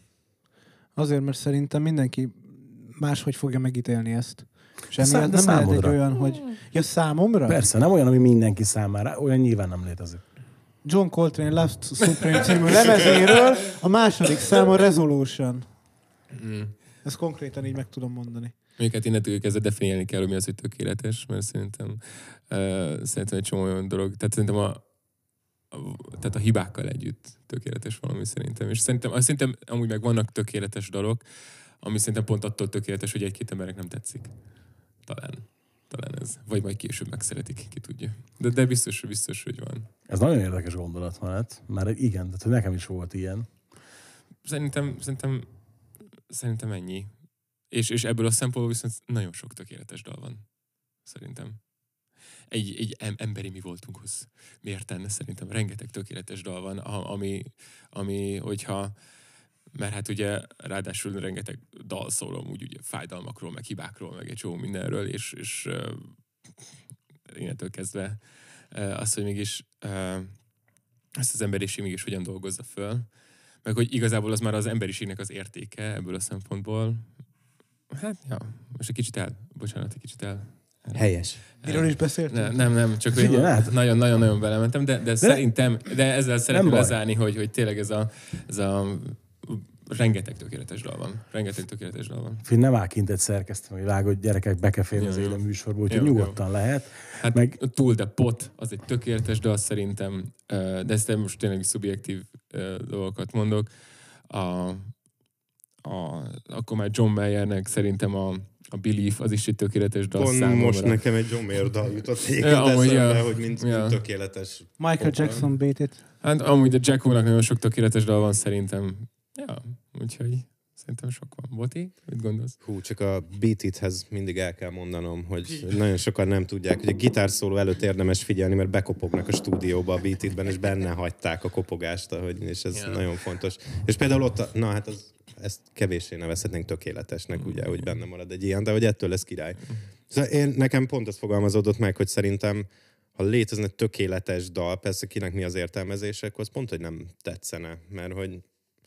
Azért, mert szerintem mindenki máshogy fogja megítélni ezt. És De szá- emiatt de nem lehet egy számodra? olyan, hogy... Ja, számomra? Persze, nem olyan, ami mindenki számára, olyan nyilván nem létezik. John Coltrane Last Supreme című lemezéről a második szám a Resolution. Mm. Ezt konkrétan így meg tudom mondani. Amiket innentől kezdve definiálni kell, hogy mi az, hogy tökéletes, mert szerintem, uh, szerintem egy csomó olyan dolog. Tehát szerintem a, a, tehát a hibákkal együtt tökéletes valami szerintem. És szerintem, szerintem amúgy meg vannak tökéletes dolgok, ami szerintem pont attól tökéletes, hogy egy-két embernek nem tetszik. Talán. Talán ez. Vagy majd később megszeretik, ki tudja. De, de biztos, biztos, hogy van. Ez nagyon érdekes gondolatmenet, mert igen, tehát nekem is volt ilyen. Szerintem, szerintem, szerintem ennyi. És, és ebből a szempontból viszont nagyon sok tökéletes dal van. Szerintem. Egy, egy emberi mi voltunkhoz mérten szerintem rengeteg tökéletes dal van, ami, ami hogyha, mert hát ugye ráadásul rengeteg dal szól úgy ugye fájdalmakról, meg hibákról, meg egy csomó mindenről, és, és uh, innentől kezdve uh, az, hogy mégis uh, ezt az emberiség mégis hogyan dolgozza föl, meg hogy igazából az már az emberiségnek az értéke ebből a szempontból. Hát, ja, most egy kicsit el, bocsánat, egy kicsit el. el Helyes. Miről is beszéltünk? Ne, nem, nem, csak nagyon-nagyon belementem, de, de, de szerintem, de ezzel szeretném lezárni, hogy, hogy tényleg ez a, ez a rengeteg tökéletes dal van. Rengeteg tökéletes dal van. Finn, nem áll kint egy szerkesztő, hogy vág, hogy gyerekek be kell férni az élő műsorból, úgyhogy nyugodtan jó. lehet. Hát meg... túl de pot, az egy tökéletes dal szerintem, de ezt most tényleg szubjektív dolgokat mondok. A, a, akkor már John Mayernek szerintem a, a Belief, az is egy tökéletes dal Pont számomra. most nekem egy John Mayer dal jutott ja, amúgy, eszembe, ja. hogy mint, ja. mint tökéletes. Michael Jackson Beat It. Hát amúgy a Jacko-nak nagyon sok tökéletes dal van szerintem. Ja, úgyhogy szerintem sok van. Boti, mit gondolsz? Hú, csak a Beat It-hez mindig el kell mondanom, hogy nagyon sokan nem tudják, hogy a gitárszóló előtt érdemes figyelni, mert bekopognak a stúdióba a Beat It-ben, és benne hagyták a kopogást, ahogy, és ez yeah. nagyon fontos. És például ott, a, na hát az, ezt kevéssé nevezhetnénk tökéletesnek, ugye, hogy benne marad egy ilyen, de hogy ettől lesz király. Szóval én, nekem pont az fogalmazódott meg, hogy szerintem ha létezne tökéletes dal, persze kinek mi az értelmezése, akkor az pont, hogy nem tetszene, mert hogy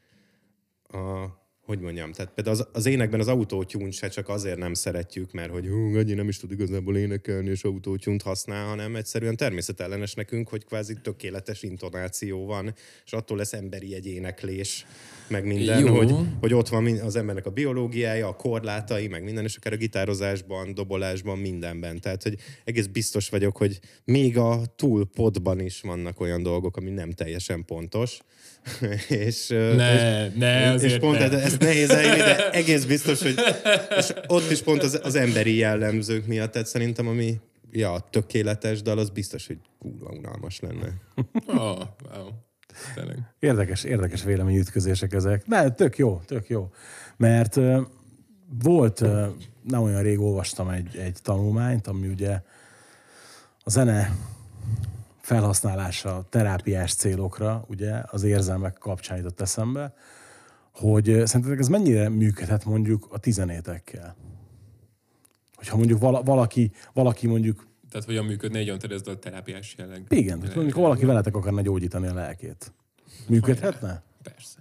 a, hogy mondjam, tehát például az, az énekben az autótyúnt se csak azért nem szeretjük, mert hogy hú, Gagyi nem is tud igazából énekelni, és autótyúnt használ, hanem egyszerűen természetellenes nekünk, hogy kvázi tökéletes intonáció van, és attól lesz emberi egy éneklés, meg minden, hogy, hogy ott van az embernek a biológiája, a korlátai, meg minden, és akár a gitározásban, dobolásban, mindenben. Tehát, hogy egész biztos vagyok, hogy még a túl podban is vannak olyan dolgok, ami nem teljesen pontos. és, ne, és, ne, és pont ne. ezt nehéz elhinni, de egész biztos, hogy és ott is pont az, az emberi jellemzők miatt, tehát szerintem ami ja, tökéletes dal, az biztos, hogy kurva unalmas lenne. Oh, wow. Tényleg. Érdekes, érdekes véleményütközések ezek. De tök jó, tök jó. Mert uh, volt, uh, nem olyan rég olvastam egy, egy tanulmányt, ami ugye a zene felhasználása terápiás célokra, ugye az érzelmek kapcsán jutott eszembe, hogy uh, szerintetek ez mennyire működhet mondjuk a tizenétekkel? Hogyha mondjuk vala, valaki, valaki mondjuk Tehát hogyan működne egy olyan terezd terápiás jelleg? igen, tehát mondjuk ha valaki veletek akarna gyógyítani a lelkét. Működhetne? Persze.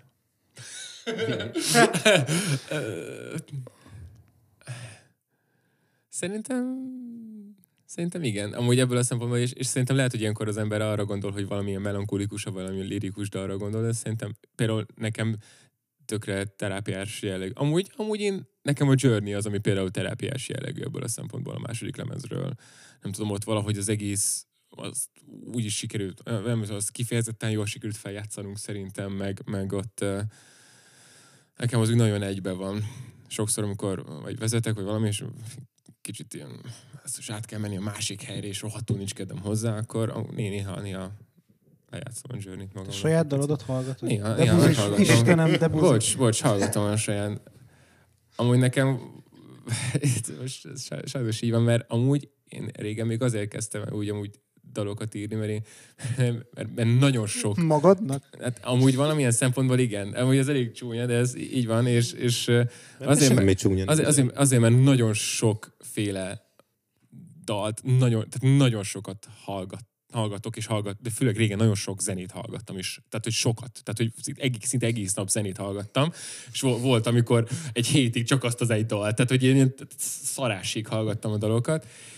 Szerintem... Szerintem igen. Amúgy ebből a szempontból, és, és szerintem lehet, hogy ilyenkor az ember arra gondol, hogy valamilyen melankolikus, vagy valamilyen lirikus dalra gondol, de szerintem például nekem tökre terápiás jelleg. Amúgy, amúgy én, nekem a Journey az, ami például terápiás jellegű ebből a szempontból a második lemezről. Nem tudom, ott valahogy az egész az úgy is sikerült, nem, az kifejezetten jól sikerült feljátszanunk szerintem, meg, meg ott nekem az úgy nagyon egybe van. Sokszor, amikor vagy vezetek, vagy valami, és kicsit ilyen, ezt is át kell menni a másik helyre, és rohadtul nincs kedvem hozzá, akkor néha, néha lejátszom a Journey-t magam. Saját dalodat hallgatod? Néha, de néha buzis, meghallgatom. Istenem, de buzis. Bocs, bocs, hallgatom a saját. Amúgy nekem, most sajnos így van, mert amúgy én régen még azért kezdtem úgy amúgy dalokat írni, mert, én, mert, mert nagyon sok... Magadnak? Hát amúgy valamilyen szempontból igen. Amúgy ez elég csúnya, de ez így van, és, és azért, semmi csúnya. Azért, azért, azért, mert nagyon sokféle dalt, nagyon, tehát nagyon sokat hallgat, hallgatok és hallgat, de főleg régen nagyon sok zenét hallgattam is. Tehát, hogy sokat. Tehát, hogy szinte egész, szinte egész nap zenét hallgattam. És volt, amikor egy hétig csak azt az egy dalt. Tehát, hogy én ilyen szarásig hallgattam a dalokat.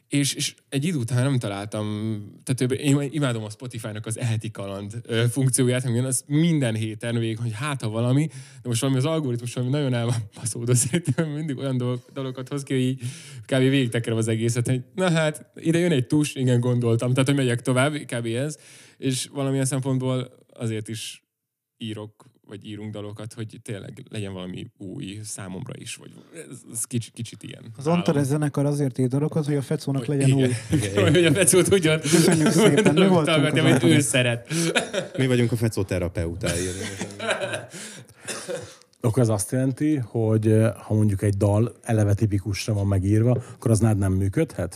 És, és egy idő után nem találtam, tehát én imádom a Spotify-nak az eheti kaland funkcióját, hogy az minden héten végig, hogy hát ha valami, de most valami az algoritmus, valami nagyon el van baszódva, szerintem mindig olyan dolog, dolgokat hoz ki, hogy így kb. Végigtekerem az egészet, hogy na hát, ide jön egy tus, igen, gondoltam, tehát hogy megyek tovább, kb. Ez, és valamilyen szempontból azért is írok, vagy írunk dalokat, hogy tényleg legyen valami új számomra is, vagy ez, ez kicsit, kicsit ilyen. Az Antares zenekar azért ír dalokat, hogy a Fecónak legyen igen. új. Igen. Hogy a Fecó tudjon. Köszönjük szépen, mi voltunk az amit ő szeret. Mi vagyunk a fecóterapeutái. Akkor ez azt jelenti, hogy ha mondjuk egy dal eleve tipikusra van megírva, akkor az nád nem működhet?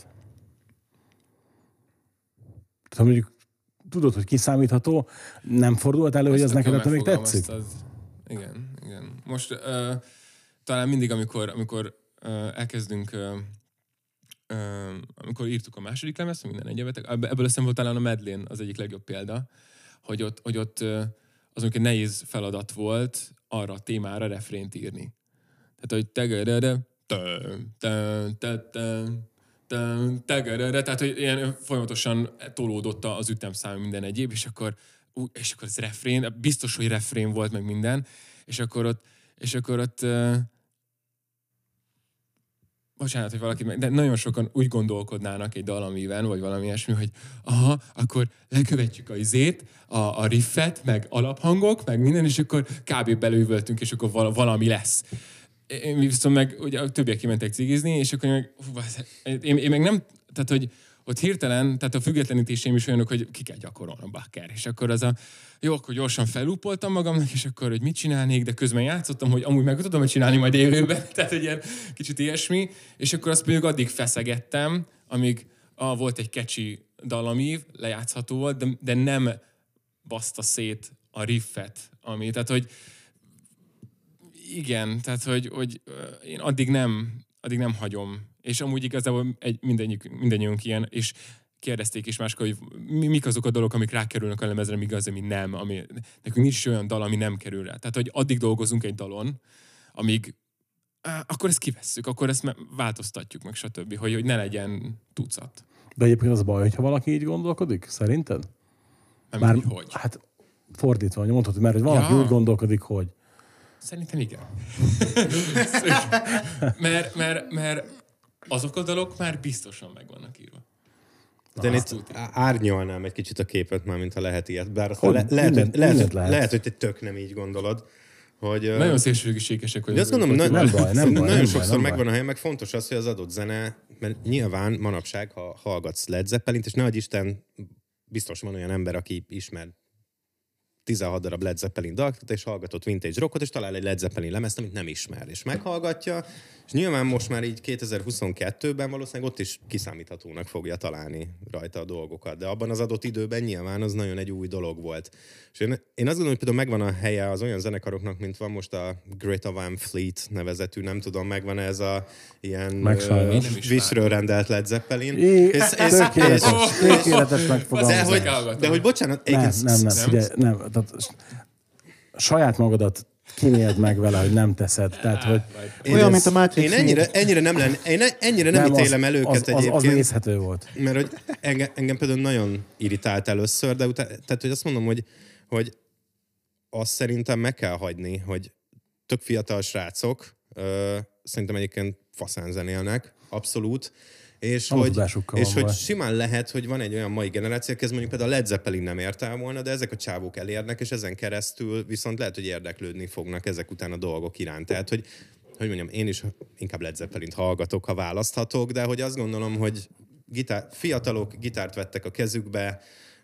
Tehát mondjuk tudod, hogy kiszámítható, nem fordult elő, hogy ez neked attól még tetszik? Az, igen, igen. Most uh, talán mindig, amikor, amikor uh, elkezdünk, uh, uh, amikor írtuk a második lemezt, minden egyebetek, ebből a szempontból talán a Medlén az egyik legjobb példa, hogy ott, hogy ott uh, az mondjuk egy nehéz feladat volt arra a témára refrént írni. Tehát, hogy tegerere, tehát, hogy ilyen folyamatosan tolódott az ütemszám minden egyéb, és akkor, ú, és akkor ez refrén, biztos, hogy refrén volt meg minden, és akkor ott, és akkor ott uh, bocsánat, hogy valaki meg, de nagyon sokan úgy gondolkodnának egy dalamiben, vagy valami ilyesmi, hogy aha, akkor lekövetjük a izét, a, a riffet, meg alaphangok, meg minden, és akkor kb. Belővöltünk, és akkor valami lesz. Én viszont meg, ugye a többiek kimentek cigizni, és akkor meg, hú, én, én meg nem, tehát hogy ott hirtelen, tehát a függetlenítéseim is olyanok, hogy ki kell gyakorolnom, bakker. És akkor az a, jó, akkor gyorsan felúpoltam magamnak, és akkor, hogy mit csinálnék, de közben játszottam, hogy amúgy meg tudom csinálni majd élőben, tehát egy ilyen kicsit ilyesmi, és akkor azt mondjuk addig feszegettem, amíg ah, volt egy catchy dalamív, lejátszható volt, de, de nem baszta szét a riffet, ami, tehát hogy igen, tehát hogy, hogy én addig nem, addig nem hagyom. És amúgy igazából egy, mindennyiunk, mindennyiunk ilyen, és kérdezték is máskor, hogy mi, mik azok a dolgok, amik rákerülnek a lemezre, míg az, ami nem. Ami, nekünk nincs is olyan dal, ami nem kerül rá. Tehát, hogy addig dolgozunk egy dalon, amíg á, akkor ezt kivesszük, akkor ezt változtatjuk meg, stb. Hogy, hogy ne legyen tucat. De egyébként az baj, hogyha valaki így gondolkodik, szerinted? Nem Már, így, hogy? Hát fordítva, hogy mondhatod, mert hogy valaki ja. úgy gondolkodik, hogy szerintem igen. mert, mert, mert azok a dalok már biztosan meg vannak írva. De én itt árnyalnám egy kicsit a képet már, mintha lehet ilyet. Bár azt hogy le, lehet, minden, hogy, lehet, lehet. lehet, hogy te tök nem így gondolod. Hogy, nagyon szélsőségesek vagyunk. De azt gondolom, hogy nem baj, nem baj, nagyon nem sokszor baj, megvan baj. a helye, meg fontos az, hogy az adott zene, mert nyilván manapság, ha hallgatsz Led Zeppelint, és nehogy Isten, biztos van olyan ember, aki ismer tizenhat darab Led Zeppelin dalt, és hallgatott vintage rockot, és talál egy Led Zeppelin lemezt, amit nem ismer, és meghallgatja, és nyilván most már így kétezer-huszonkettőben valószínűleg ott is kiszámíthatónak fogja találni rajta a dolgokat, de abban az adott időben nyilván az nagyon egy új dolog volt. És én, én azt gondolom, hogy például megvan a helye az olyan zenekaroknak, mint van most a Greta Van Fleet nevezetű, nem tudom, megvan ez a ilyen uh, visről rendelt Led Zeppelin. É, és, tökéletes, tökéletes megfogalmazás. De hogy, de hogy bocsánat, nem, nem, nem, figyelj, nem, tehát saját magadat kiméld meg vele, hogy nem teszed. Tehát, hogy olyan, mint a Matrix. Én ennyire, ennyire nem, lenne, én ennyire nem, nem ítélem el őket az, az, egyébként. Az nézhető volt. Mert hogy engem, engem például nagyon irritált először, de utána, tehát hogy azt mondom, hogy, hogy azt szerintem meg kell hagyni, hogy tök fiatal srácok, ö, szerintem egyébként faszán zenélnek, abszolút, és, hogy, és hogy simán lehet, hogy van egy olyan mai generáció, ez mondjuk például a Led Zeppelin nem ért el volna, de ezek a csávók elérnek, és ezen keresztül viszont lehet, hogy érdeklődni fognak ezek után a dolgok iránt. Tehát, hogy, hogy mondjam, én is inkább Led Zeppelint hallgatok, ha választhatok, de hogy azt gondolom, hogy gitár, fiatalok gitárt vettek a kezükbe,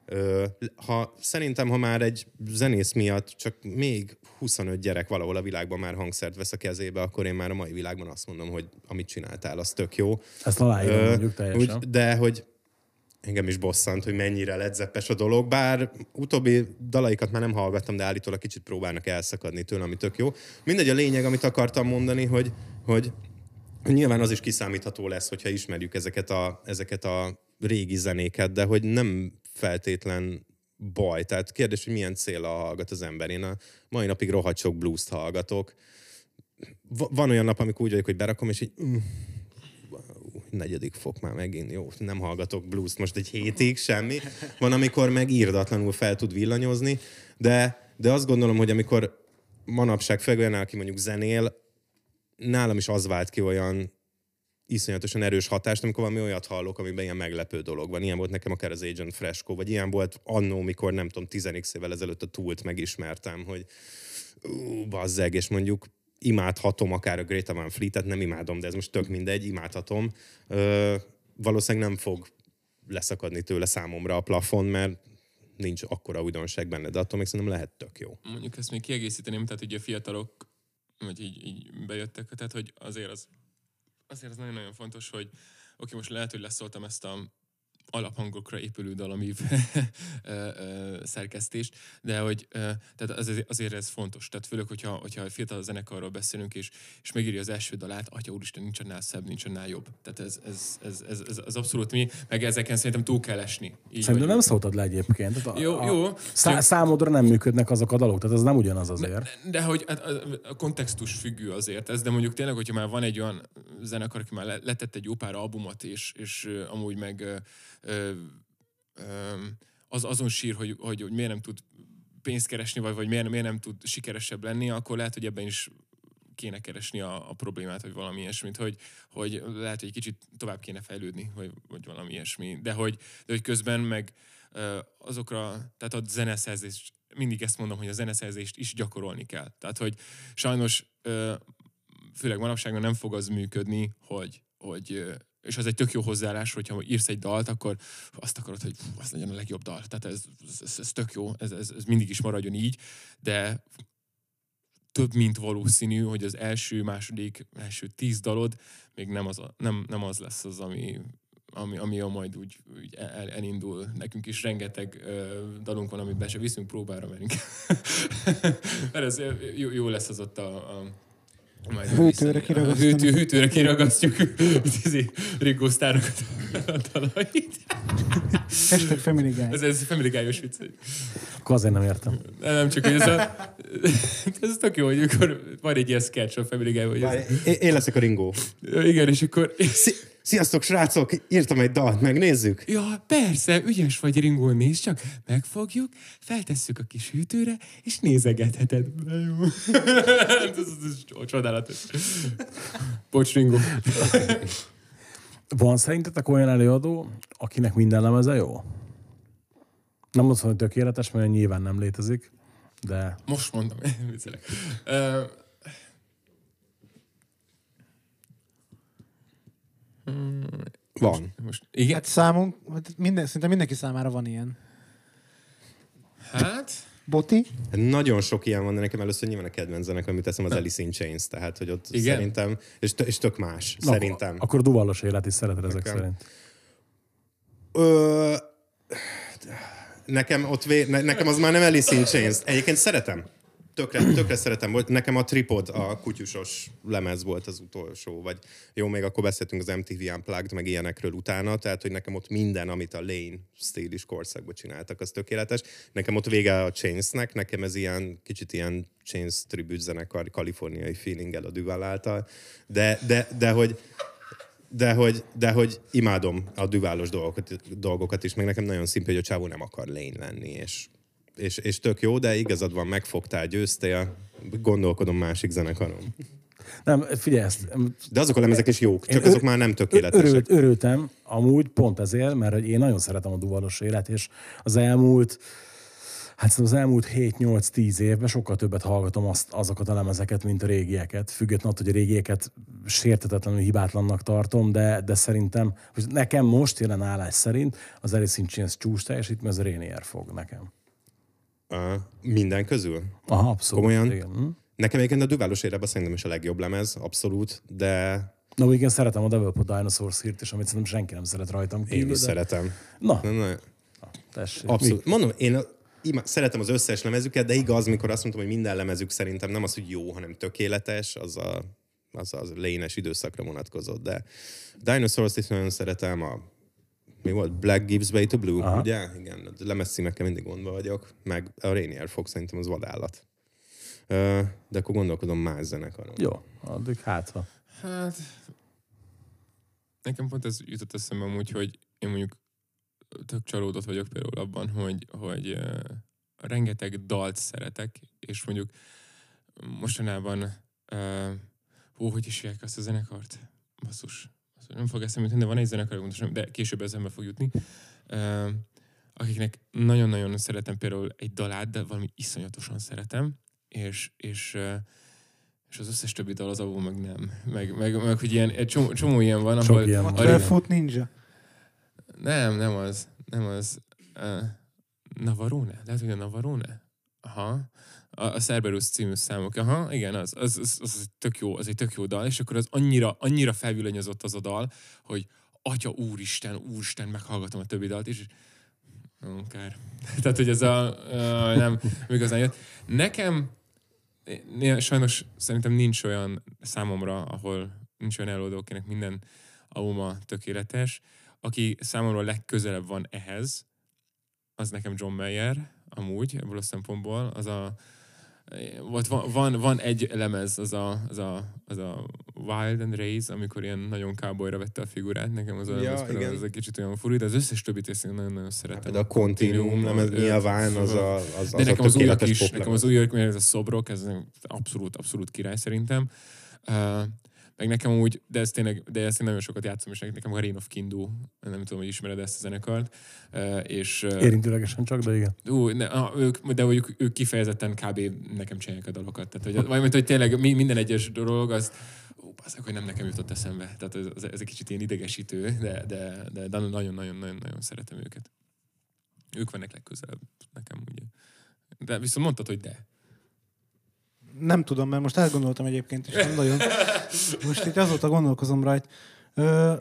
ha, szerintem, ha már egy zenész miatt csak még huszonöt gyerek valahol a világban már hangszert vesz a kezébe, akkor én már a mai világban azt mondom, hogy amit csináltál, az tök jó. Ezt aláírom, mondjuk teljesen. Úgy, de hogy engem is bosszant, hogy mennyire Led Zeppes a dolog, bár utóbbi dalaikat már nem hallgattam, de állítólag kicsit próbálnak elszakadni tőle, ami tök jó. Mindegy, a lényeg, amit akartam mondani, hogy, hogy nyilván az is kiszámítható lesz, hogyha ismerjük ezeket a, ezeket a régi zenéket, de hogy nem feltétlen baj. Tehát kérdés, hogy milyen céllal hallgat az ember. Én a mai napig rohadt sok blues-t hallgatok. Van olyan nap, amikor úgy vagyok, hogy berakom, és így... negyedik fok már megint, jó, nem hallgatok blues most egy hétig, semmi. Van, amikor meg írdatlanul fel tud villanyozni, de, de azt gondolom, hogy amikor manapság főleg olyan, aki mondjuk zenél, nálam is az vált ki olyan iszonyatosan erős hatást, amikor valami olyat hallok, amiben ilyen meglepő dolog van. Ilyen volt nekem akár az Agent Fresco, vagy ilyen volt annó, mikor nem tudom, tíz évvel ezelőtt a Tool-t megismertem, hogy ú, bazzeg, és mondjuk imádhatom akár a Greta Van Fleet-et, nem imádom, de ez most tök mindegy, imádhatom. Ö, valószínűleg nem fog leszakadni tőle számomra a plafon, mert nincs akkora újdonság benne, de attól még szerintem lehet tök jó. Mondjuk ezt még kiegészíteném, tehát ugye a fiatalok, vagy így, így bejöttek, tehát hogy azért az, azért az nagyon-nagyon fontos, hogy oké, most lehet, hogy leszóltam ezt a alaphangokra épülő dalami szerkesztést, de hogy tehát azért, azért ez fontos. Tehát főleg, hogyha, hogyha fiatal zenekarról beszélünk, és, és megírja az első dalát, atya úristen, nincs annál szebb, nincs annál jobb. Tehát ez, ez, ez, ez, ez, ez abszolút mi, meg ezeken szerintem túl kell esni. Szerintem nem szóltad le egyébként. Tehát a, jó, a, jó. Szá- számodra nem működnek azok a dalok, tehát ez nem ugyanaz azért. De, de hogy a, a, a kontextus függő azért ez, de mondjuk tényleg, hogyha már van egy olyan zenekar, aki már letett egy jó pár albumot, és, és uh, amúgy meg uh, Ö, ö, az, azon sír, hogy, hogy, hogy miért nem tud pénzt keresni, vagy, vagy miért, miért nem tud sikeresebb lenni, akkor lehet, hogy ebben is kéne keresni a, a problémát, vagy valami ilyesmit, hogy, hogy lehet, hogy egy kicsit tovább kéne fejlődni, vagy, vagy valami ilyesmi. De hogy, de hogy közben meg ö, azokra, tehát a zeneszerzést, mindig ezt mondom, hogy a zeneszerzést is gyakorolni kell. Tehát, hogy sajnos ö, főleg manapságban nem fog az működni, hogy, hogy és az egy tök jó hozzáállás, hogyha írsz egy dalt, akkor azt akarod, hogy fú, az legyen a legjobb dal. Tehát ez, ez, ez tök jó, ez, ez, ez mindig is maradjon így, de több mint valószínű, hogy az első, második, első tíz dalod még nem az, a, nem, nem az lesz az, ami, ami, ami a majd úgy, úgy el, elindul. Nekünk is rengeteg uh, dalunk van, amit be se viszünk próbára, mert mert ez jó, jó lesz az ott a, a Hűtőre kiragasztjuk. Hűtő, hűtőre kiragasztjuk Ringo Starrokat a dalait. Hashtag Family Guy. Ez, ez Family Guy-os vicc. Akkor azért nem értem. Nem, nem csak, hogy ez a... Ez tök jó, hogy akkor van egy ilyen sketch a Family Guy, hogy ez... Én leszek a Ringo. Igen, és akkor... Sziasztok, srácok! Írtam egy dalt, megnézzük? Ja, persze, ügyes vagy, Ringo, nézd csak. Megfogjuk, feltesszük a kis hűtőre, és nézegetheted. De jó. ez, ez, ez csodálatos. Bocs, Ringo. Van szerintetek olyan előadó, akinek minden lemeze jó? Nem azt mondom, hogy tökéletes, mert nyilván nem létezik, de... Most mondom, viccelek. Uh, Van. Most, igen? Hát számunk, minden, szinte mindenki számára van ilyen. Hát... Boti? Nagyon sok ilyen van, de nekem először nyilván a kedvenc zenekar, amit teszem, az Alice in Chains, tehát, hogy ott igen? szerintem, és, és tök más, Na, szerintem. Akkor, akkor duvalos élet is szereted ezek Nekem. szerint. Ö, nekem ott vé, ne, nekem az már nem Alice in Chains. Egyébként szeretem. Tökre, tökre szeretem. Nekem a Tripod, a kutyusos lemez volt az utolsó. Vagy jó, még akkor beszéltünk az em té vé Unplugged, meg ilyenekről utána, tehát, hogy nekem ott minden, amit a Lane stílis korszakban csináltak, az tökéletes. Nekem ott vége a Chainsnek, nekem ez ilyen, kicsit ilyen Chains tribute zenekar, kaliforniai feelinggel a Duval által. De, de, de hogy De hogy, de hogy imádom a duválos dolgokat, dolgokat is, meg nekem nagyon szimpi, hogy a csávó nem akar Lane lenni, és, és, és tök jó, de igazad van, megfogtál, győztél, gondolkodom másik zenekaron. Nem, figyelj ezt. De azok a lemezek is jók, csak Én azok már nem tökéletesek. Örült, örültem amúgy pont ezért, mert hogy én nagyon szeretem a duvalos élet, és az elmúlt Hát az elmúlt hét-nyolc-tíz évben sokkal többet hallgatom azt, azokat a lemezeket, mint a régieket. Függetlenül, hogy a régieket sértetetlenül hibátlannak tartom, de, de szerintem, hogy nekem most jelen állás szerint az Alice in Chains csúcs teljesítmény, az a Rainier fog nekem. Uh, minden közül? Aha, abszolút. Komolyan? Igen. Hm? Nekem egyébként a duválos érában szerintem is a legjobb lemez, abszolút, de... Na, úgy igen, szeretem a Develop a Dinosaurs hírt is, amit szerintem senki nem szeret rajtam kívül. Én is de... szeretem. Na, Na, na. na tessék. Abszolút. Mi? Mondom, én ima, szeretem az összes lemezüket, de igaz, mikor azt mondtam, hogy minden lemezük szerintem nem az, hogy jó, hanem tökéletes, az a, az, az Lane-es időszakra vonatkozott, de Dinosaurs is nagyon szeretem, a mi volt? Black Gives Way to Blue, aha. Ugye? Igen, a lemezcímekkel mindig gondba vagyok, meg a Rainier Fog szerintem az vadállat. De akkor gondolkodom más zenekaron. Jó, addig hát ha. Hát... nekem pont ez jutott eszembe amúgy, hogy én mondjuk tök csalódott vagyok például abban, hogy, hogy uh, rengeteg dalt szeretek, és mondjuk mostanában uh, hú, hogy is hívják azt a zenekart? Basszus. Nem fog eszembe jutni, de van egy zenekar, de később eszembe fog jutni. Uh, akiknek nagyon-nagyon szeretem például egy dalát, de valami iszonyatosan szeretem, és, és, uh, és az összes többi dal az abból meg nem. Meg, meg, meg hogy ilyen, egy csomó, csomó ilyen van, ahol... ilyen van. Barefoot Ninja. Nem, nem az. Nem az. Uh, Navarone? Lehet, hogy a Navarone? Aha. A, a Cerberus című számok. Aha, igen, az, az, az, az, tök jó, az egy tök jó dal, és akkor az annyira, annyira felvillanyozott az a dal, hogy atya úristen, úristen, meghallgatom a többi dalt is, és ó, kár. Tehát, hogy ez a... Uh, nem, igazán jött. Nekem sajnos szerintem nincs olyan számomra, ahol nincs olyan előadó, akinek minden albuma tökéletes. Aki számomra legközelebb van ehhez, az nekem John Mayer, amúgy, ebből a szempontból. Az a, van, van, van egy lemez, az a, az, a, az a Wild and Raise, amikor ilyen nagyon cowboyra vette a figurát. Nekem az, ja, az, az, az egy kicsit olyan furú, de az összes többit ezt nagyon-nagyon szeretem. De a Continuum, nem, ez nyilván az a, az, az de nekem a az újak tökéletes is, nekem az újak, mert ez a szobrok, ez abszolút, abszolút király szerintem. Uh, meg nekem úgy, de ezt tényleg, de ezt én nagyon sokat játszom, és nekem a Reign of Kindu, nem tudom, hogy ismered ezt a zenekart. Uh, és, uh, Érintőlegesen csak, de igen. Ú, ne, ah, ők, de ők, ők kifejezetten kb. Nekem csinálják a dalokat. Tehát, hogy, vagy, hogy tényleg minden egyes dolog, az ú, basszak, hogy nem nekem jutott eszembe. Tehát ez, ez egy kicsit ilyen idegesítő, de, de, de, de nagyon-nagyon-nagyon szeretem őket. Ők vannak legközelebb nekem, ugye. De viszont mondtad, hogy de. Nem tudom, mert most elgondoltam egyébként, és nem nagyon. Most itt azóta gondolkozom rajta. Ö,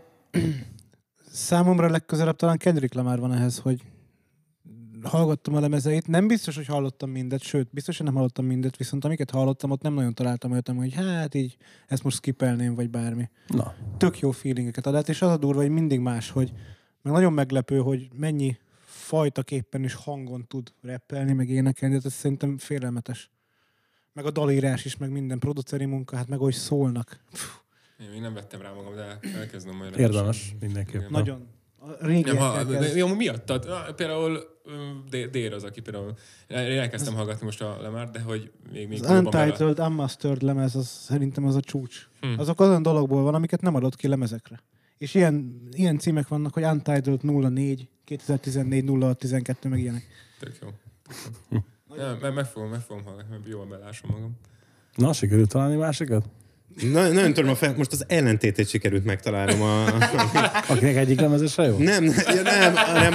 számomra legközelebb talán Kendrick Lamar van ehhez, hogy hallgattam a lemezeit. Nem biztos, hogy hallottam mindet, sőt, biztos, hogy nem hallottam mindet, viszont amiket hallottam, ott nem nagyon találtam olyat, hogy hát így ezt most skippelném, vagy bármi. Na. Tök jó feelingeket ad át, és az a durva, hogy mindig más, hogy meg nagyon meglepő, hogy mennyi fajtaképpen is hangon tud rappelni, meg énekelni, de ez szerintem félelmetes. Meg a dalírás is, meg minden produceri munka, hát meg hogy szólnak. Pff. Én még nem vettem rá magam, de elkezdem majd. Érdemes mindenképpen. Nagyon. A régi Jó, miattad. Például Dér az, aki például... Én elkezdtem hallgatni most a Lemart, de hogy még... még az Untitled, bele... Unmastered lemez, az, szerintem az a csúcs. Hmm. Azok olyan dologból van, amiket nem adott ki lemezekre. És ilyen, ilyen címek vannak, hogy Untitled nulla négy, kétezer-tizennégy nulla hat tizenkettő, meg ilyenek. Tök jó. Tök jó. Ja, meg, meg fogom, meg fogom hallgatni, mert jól belásom magam. Na, sikerült találni másikat? Na, nagyon tudom, a fel, most az ellentétét sikerült megtalálnom. A... Akinek egyik lemezese jó? Nem, ja, nem, nem.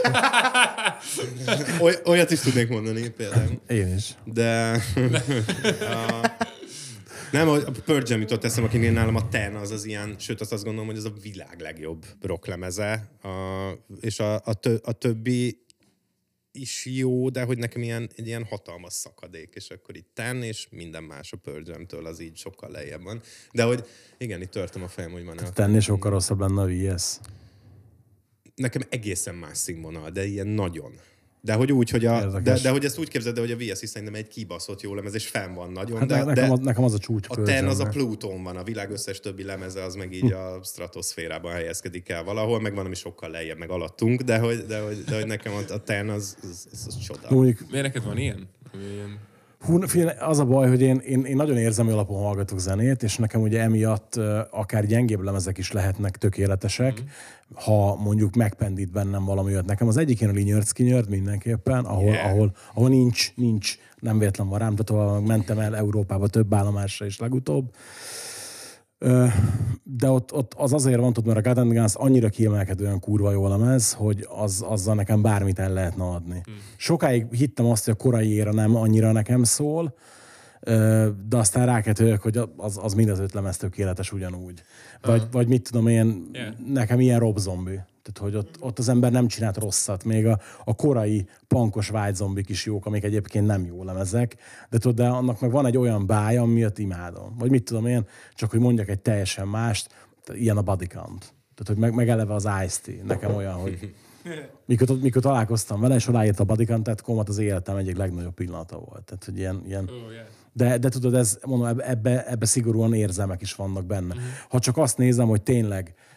Oly, olyat is tudnék mondani például. Én is. De... a, nem, a Pearl Jam jutott eszem, akinél nálam a Ten az az ilyen, sőt azt azt gondolom, hogy ez a világ legjobb rocklemeze. A, és a, a, tö, a többi is jó, de hogy nekem ilyen, egy ilyen hatalmas szakadék, és akkor itt Ten, és minden más a Pearl Jam-től az így sokkal lejjebb van. De hogy igen, itt törtem a fejem, hogy van. Tenni sokkal rosszabb lenne a vé es. Nekem egészen más színvonal, de ilyen nagyon. De hogy úgy, hogy, a, de, de hogy ezt úgy képzeld, hogy a vé es is szerintem egy kibaszott jó lemez, és fenn van nagyon. Hát de, nekem, de az, nekem az a csúcs. A Ten az a Plutón van, a világ összes többi lemeze az meg így a stratoszférában helyezkedik el valahol, meg van, ami sokkal lejjebb, meg alattunk, de hogy, de hogy, de hogy nekem a, a Ten az, az, az, az csoda. Miért neked van ilyen? ilyen... Hú, az a baj, hogy én, én, én nagyon érzelmi alapon hallgatok zenét, és nekem ugye emiatt uh, akár gyengébb lemezek is lehetnek tökéletesek, mm. ha mondjuk megpendít bennem valami olyat. Nekem az egyik ilyen a Linyörcki Nyörd mindenképpen, ahol, yeah. ahol, ahol nincs, nincs, nem véletlen van rám, tehát mentem el Európába több állomásra is legutóbb. Uh, de ott, ott az azért van, mert a God and Guns annyira kiemelkedően kurva jó lemez, hogy az, azzal nekem bármit el lehetne adni. Hmm. Sokáig hittem azt, hogy a korai éra nem annyira nekem szól, uh, de aztán rákettőjök, hogy az, az mind az öt lemez tökéletes ugyanúgy. Vagy, uh-huh. vagy mit tudom én, yeah. nekem ilyen Rob Zombie. Tehát, hogy ott, ott az ember nem csinált rosszat. Még a, a korai pankos vágyzombik is jók, amik egyébként nem jó lemezek. De tudod, de annak meg van egy olyan bája, amiatt imádom. Vagy mit tudom én, csak hogy mondjak egy teljesen mást, ilyen a Body Count. Tehát, hogy meg, meg eleve az Ice-T. Nekem olyan, hogy mikor, mikor találkoztam vele, és aláírt a Body Count, tehát komat az életem egyik legnagyobb pillanata volt. Tehát, hogy ilyen, ilyen... Oh, yeah. De, de tudod, ez, mondom, ebbe, ebbe szigorúan érzelmek is vannak benne. Mm. Ha csak azt nézem, hogy tényleg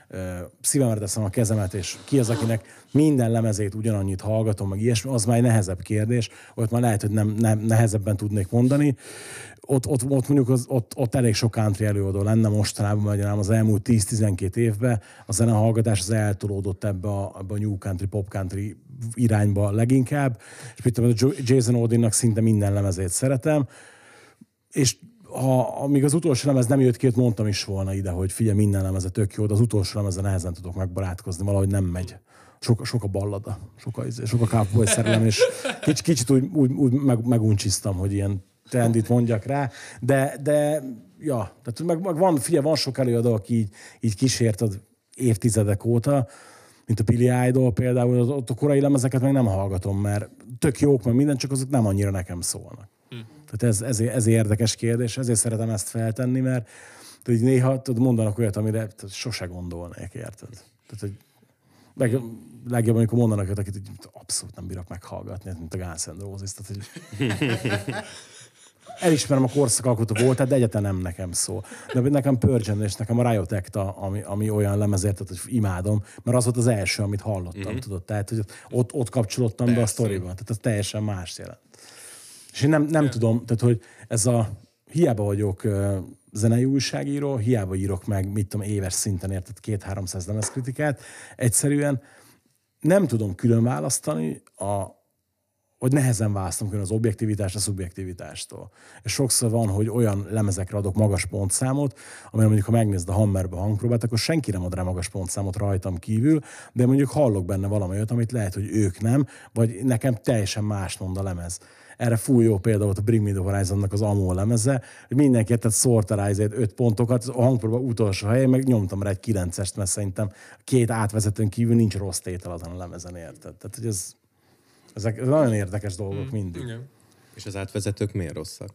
szívemre teszem a kezemet, és ki az, akinek minden lemezét ugyanannyit hallgatom, meg ilyesmi, az már egy nehezebb kérdés, ott már lehet, hogy nem, nem nehezebben tudnék mondani. Ott, ott, ott mondjuk az, ott, ott elég sok country előadó lenne mostanában, vagy az elmúlt tíz-tizenkét évben a zenehallgatás az eltolódott ebbe a, ebbe a new country, pop country irányba leginkább, és mit tudom, a Jason Aldeannak szinte minden lemezét szeretem, és ha amíg az utolsó lemez nem jött ki, ott mondtam is volna ide, hogy figyelj, minden lemeze tök jó, de az utolsó lemezzel nehezen tudok megbarátkozni, valahogy nem megy. Sok, sok a ballada, sok a, sok a cowboy szerelem, és kicsit, kicsit úgy, úgy, úgy meg, meguncsiztam, hogy ilyen trendit mondjak rá, de, de ja, tehát meg, meg van, figyelj, van sok előadó, aki így, így kísért az évtizedek óta, mint a Billy Idol például, ott a korai lemezeket meg nem hallgatom, mert tök jók, meg minden, csak azok nem annyira nekem szólnak. Hm. Tehát ez, ez, ez érdekes kérdés, ezért szeretem ezt feltenni, mert tudod, néha tudod, mondanak olyat, amire tudod, sose gondolnék, érted? Tehát, hogy meg, legjobban, amikor mondanak olyat, akit abszolút nem bírok meghallgatni, mint a Guns N' Roses. Tehát, hogy elismerem a korszakalkotó voltát, de egyáltalán nem nekem szól. De nekem Purge és nekem a Riot Act, ami, ami olyan lemezért, hogy imádom, mert az volt az első, amit hallottam, mm-hmm. tudod. Tehát, hogy ott, ott kapcsolódtam be a sztoriba. Tehát ez teljesen más jelent. És én nem, nem yeah. tudom, tehát, hogy ez a... Hiába vagyok uh, zenei újságíró, hiába írok meg, mit tudom, éves szinten érted két-háromszáz lemezkritikát. Egyszerűen nem tudom külön választani a hogy nehezen választom külön az objektivitást a szubjektivitástól. És sokszor van, hogy olyan lemezekre adok magas pontszámot, amire mondjuk, ha megnézd a Hammerbe a hangpróbát, akkor senki nem ad rá magas pontszámot rajtam kívül, de mondjuk hallok benne valami olyat, amit lehet, hogy ők nem, vagy nekem teljesen más mond a lemez. Erre fúj jó példa volt a Bring Me The Horizonnak az Amol lemeze, hogy mindenki érted szortarájzért öt pontokat, a hangpróba utolsó helyen, meg nyomtam rá egy kilencest, mert szerintem két átvezetőn kívül nincs rossz tétel azon a lemezen, érted? Tehát, hogy ez Ezek nagyon érdekes dolgok mindig. Igen. És az átvezetők miért rosszak?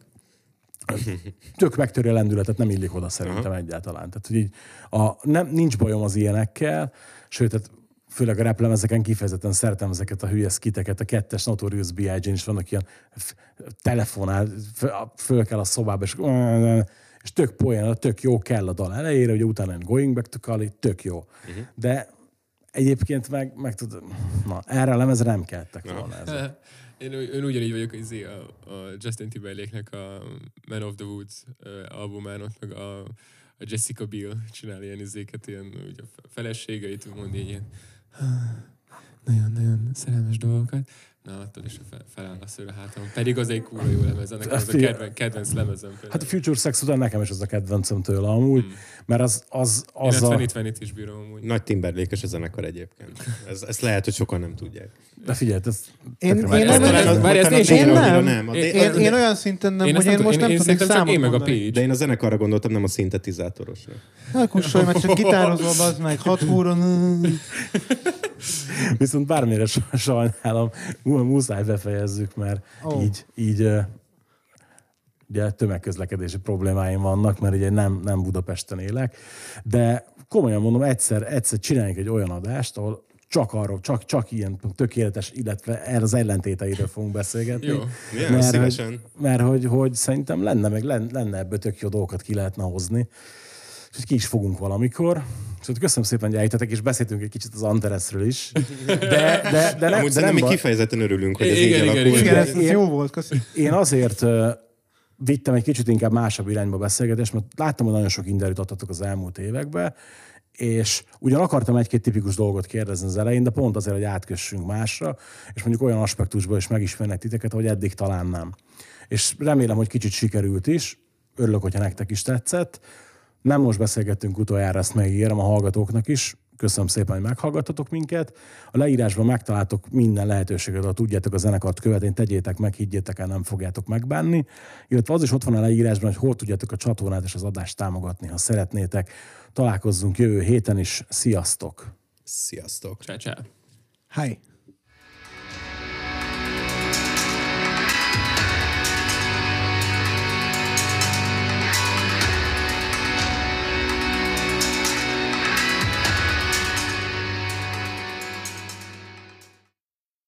Tök megtöri a lendületet, nem illik oda szerintem Aha. egyáltalán. Tehát, hogy így a, nem, nincs bajom az ilyenekkel, sőt, tehát főleg a replemezeken kifejezetten szeretem ezeket a hülye skiteket, a kettes Notorious B I G-n is vannak ilyen telefonál, föl kell a szobába, és, és tök poén, tök jó kell a dal elejére, hogy utána Going Back to Cali, tök jó. Uh-huh. De egyébként meg, meg tudod, na, erre a lemezre nem kellettek volna ezek. Én, én ugyanígy vagyok, hogy a, a Justin Timberlake-nek a Man of the Woods uh, albumán, ott meg a, a Jessica Biel csinál ilyen izéket, ilyen ugye a feleségeit, mond így ilyen nagyon-nagyon szerelmes dolgokat. Na, attól is fel, feláll a szőr a hátam. Pedig az egy kúra jó lemez, nekem az a kedven, kedvenc lemezem. Például. Hát a Future Sex után nekem is az a kedvencem tőle amúgy, hmm. mert az, az, az Én a... a... Én is bírom amúgy. Nagy Timberlake-es a zenekar egyébként. Ez, ezt lehet, hogy sokan nem tudják. De figyelj, ez... Én, én, én, nem, én, én, én, nem. nem. Én, én, én olyan szinten nem, én hogy én most nem tudnék számot mondani. De én a zenekarra gondoltam, nem a szintetizátorosra. Na, kussolj, mert csak gitározva, bazd meg, hat húron. Viszont bármire sajnálom, muszáj befejezzük, mert oh. így, így ugye tömegközlekedési problémáim vannak, mert ugye nem, nem Budapesten élek, de komolyan mondom, egyszer, egyszer csináljunk egy olyan adást, ahol csak arról, csak, csak ilyen tökéletes, illetve erre az ellentéteiről fogunk beszélgetni. Jó, milyen mert, szívesen. Hogy, mert hogy, hogy szerintem lenne, meg lenne ebből tök jó dolgokat ki lehetne hozni. És ki is fogunk valamikor. Szóval köszönöm szépen, hogy eljutottak, és beszéltünk egy kicsit az Antaresről is. De, de, de, ne, Amúgy de nem mi baj. Kifejezetten örülünk, hogy ez igen, így igen, alakul. Igen, ez, ez jó volt, köszönöm. Én azért uh, vittem egy kicsit inkább másabb irányba beszélgetést, mert láttam, hogy nagyon sok interjút adtatok az elmúlt években, és ugyan akartam egy-két tipikus dolgot kérdezni az elején, de pont azért, hogy átkössünk másra, és mondjuk olyan aspektusból is megismernek titeket, hogy eddig talán nem. És remélem, hogy kicsit sikerült is. Örülök, hogyha nektek is tetszett. Nem most beszélgettünk utoljára, ezt megígérem a hallgatóknak is. Köszönöm szépen, hogy meghallgattatok minket. A leírásban megtaláltok minden lehetőséget, ha tudjátok a zenekart követni, tegyétek meg, higgyétek el, nem fogjátok megbánni. Illetve az is ott van a leírásban, hogy hol tudjátok a csatornát és az adást támogatni, ha szeretnétek. Találkozzunk jövő héten is. Sziasztok! Sziasztok! Csá, csá. Hi.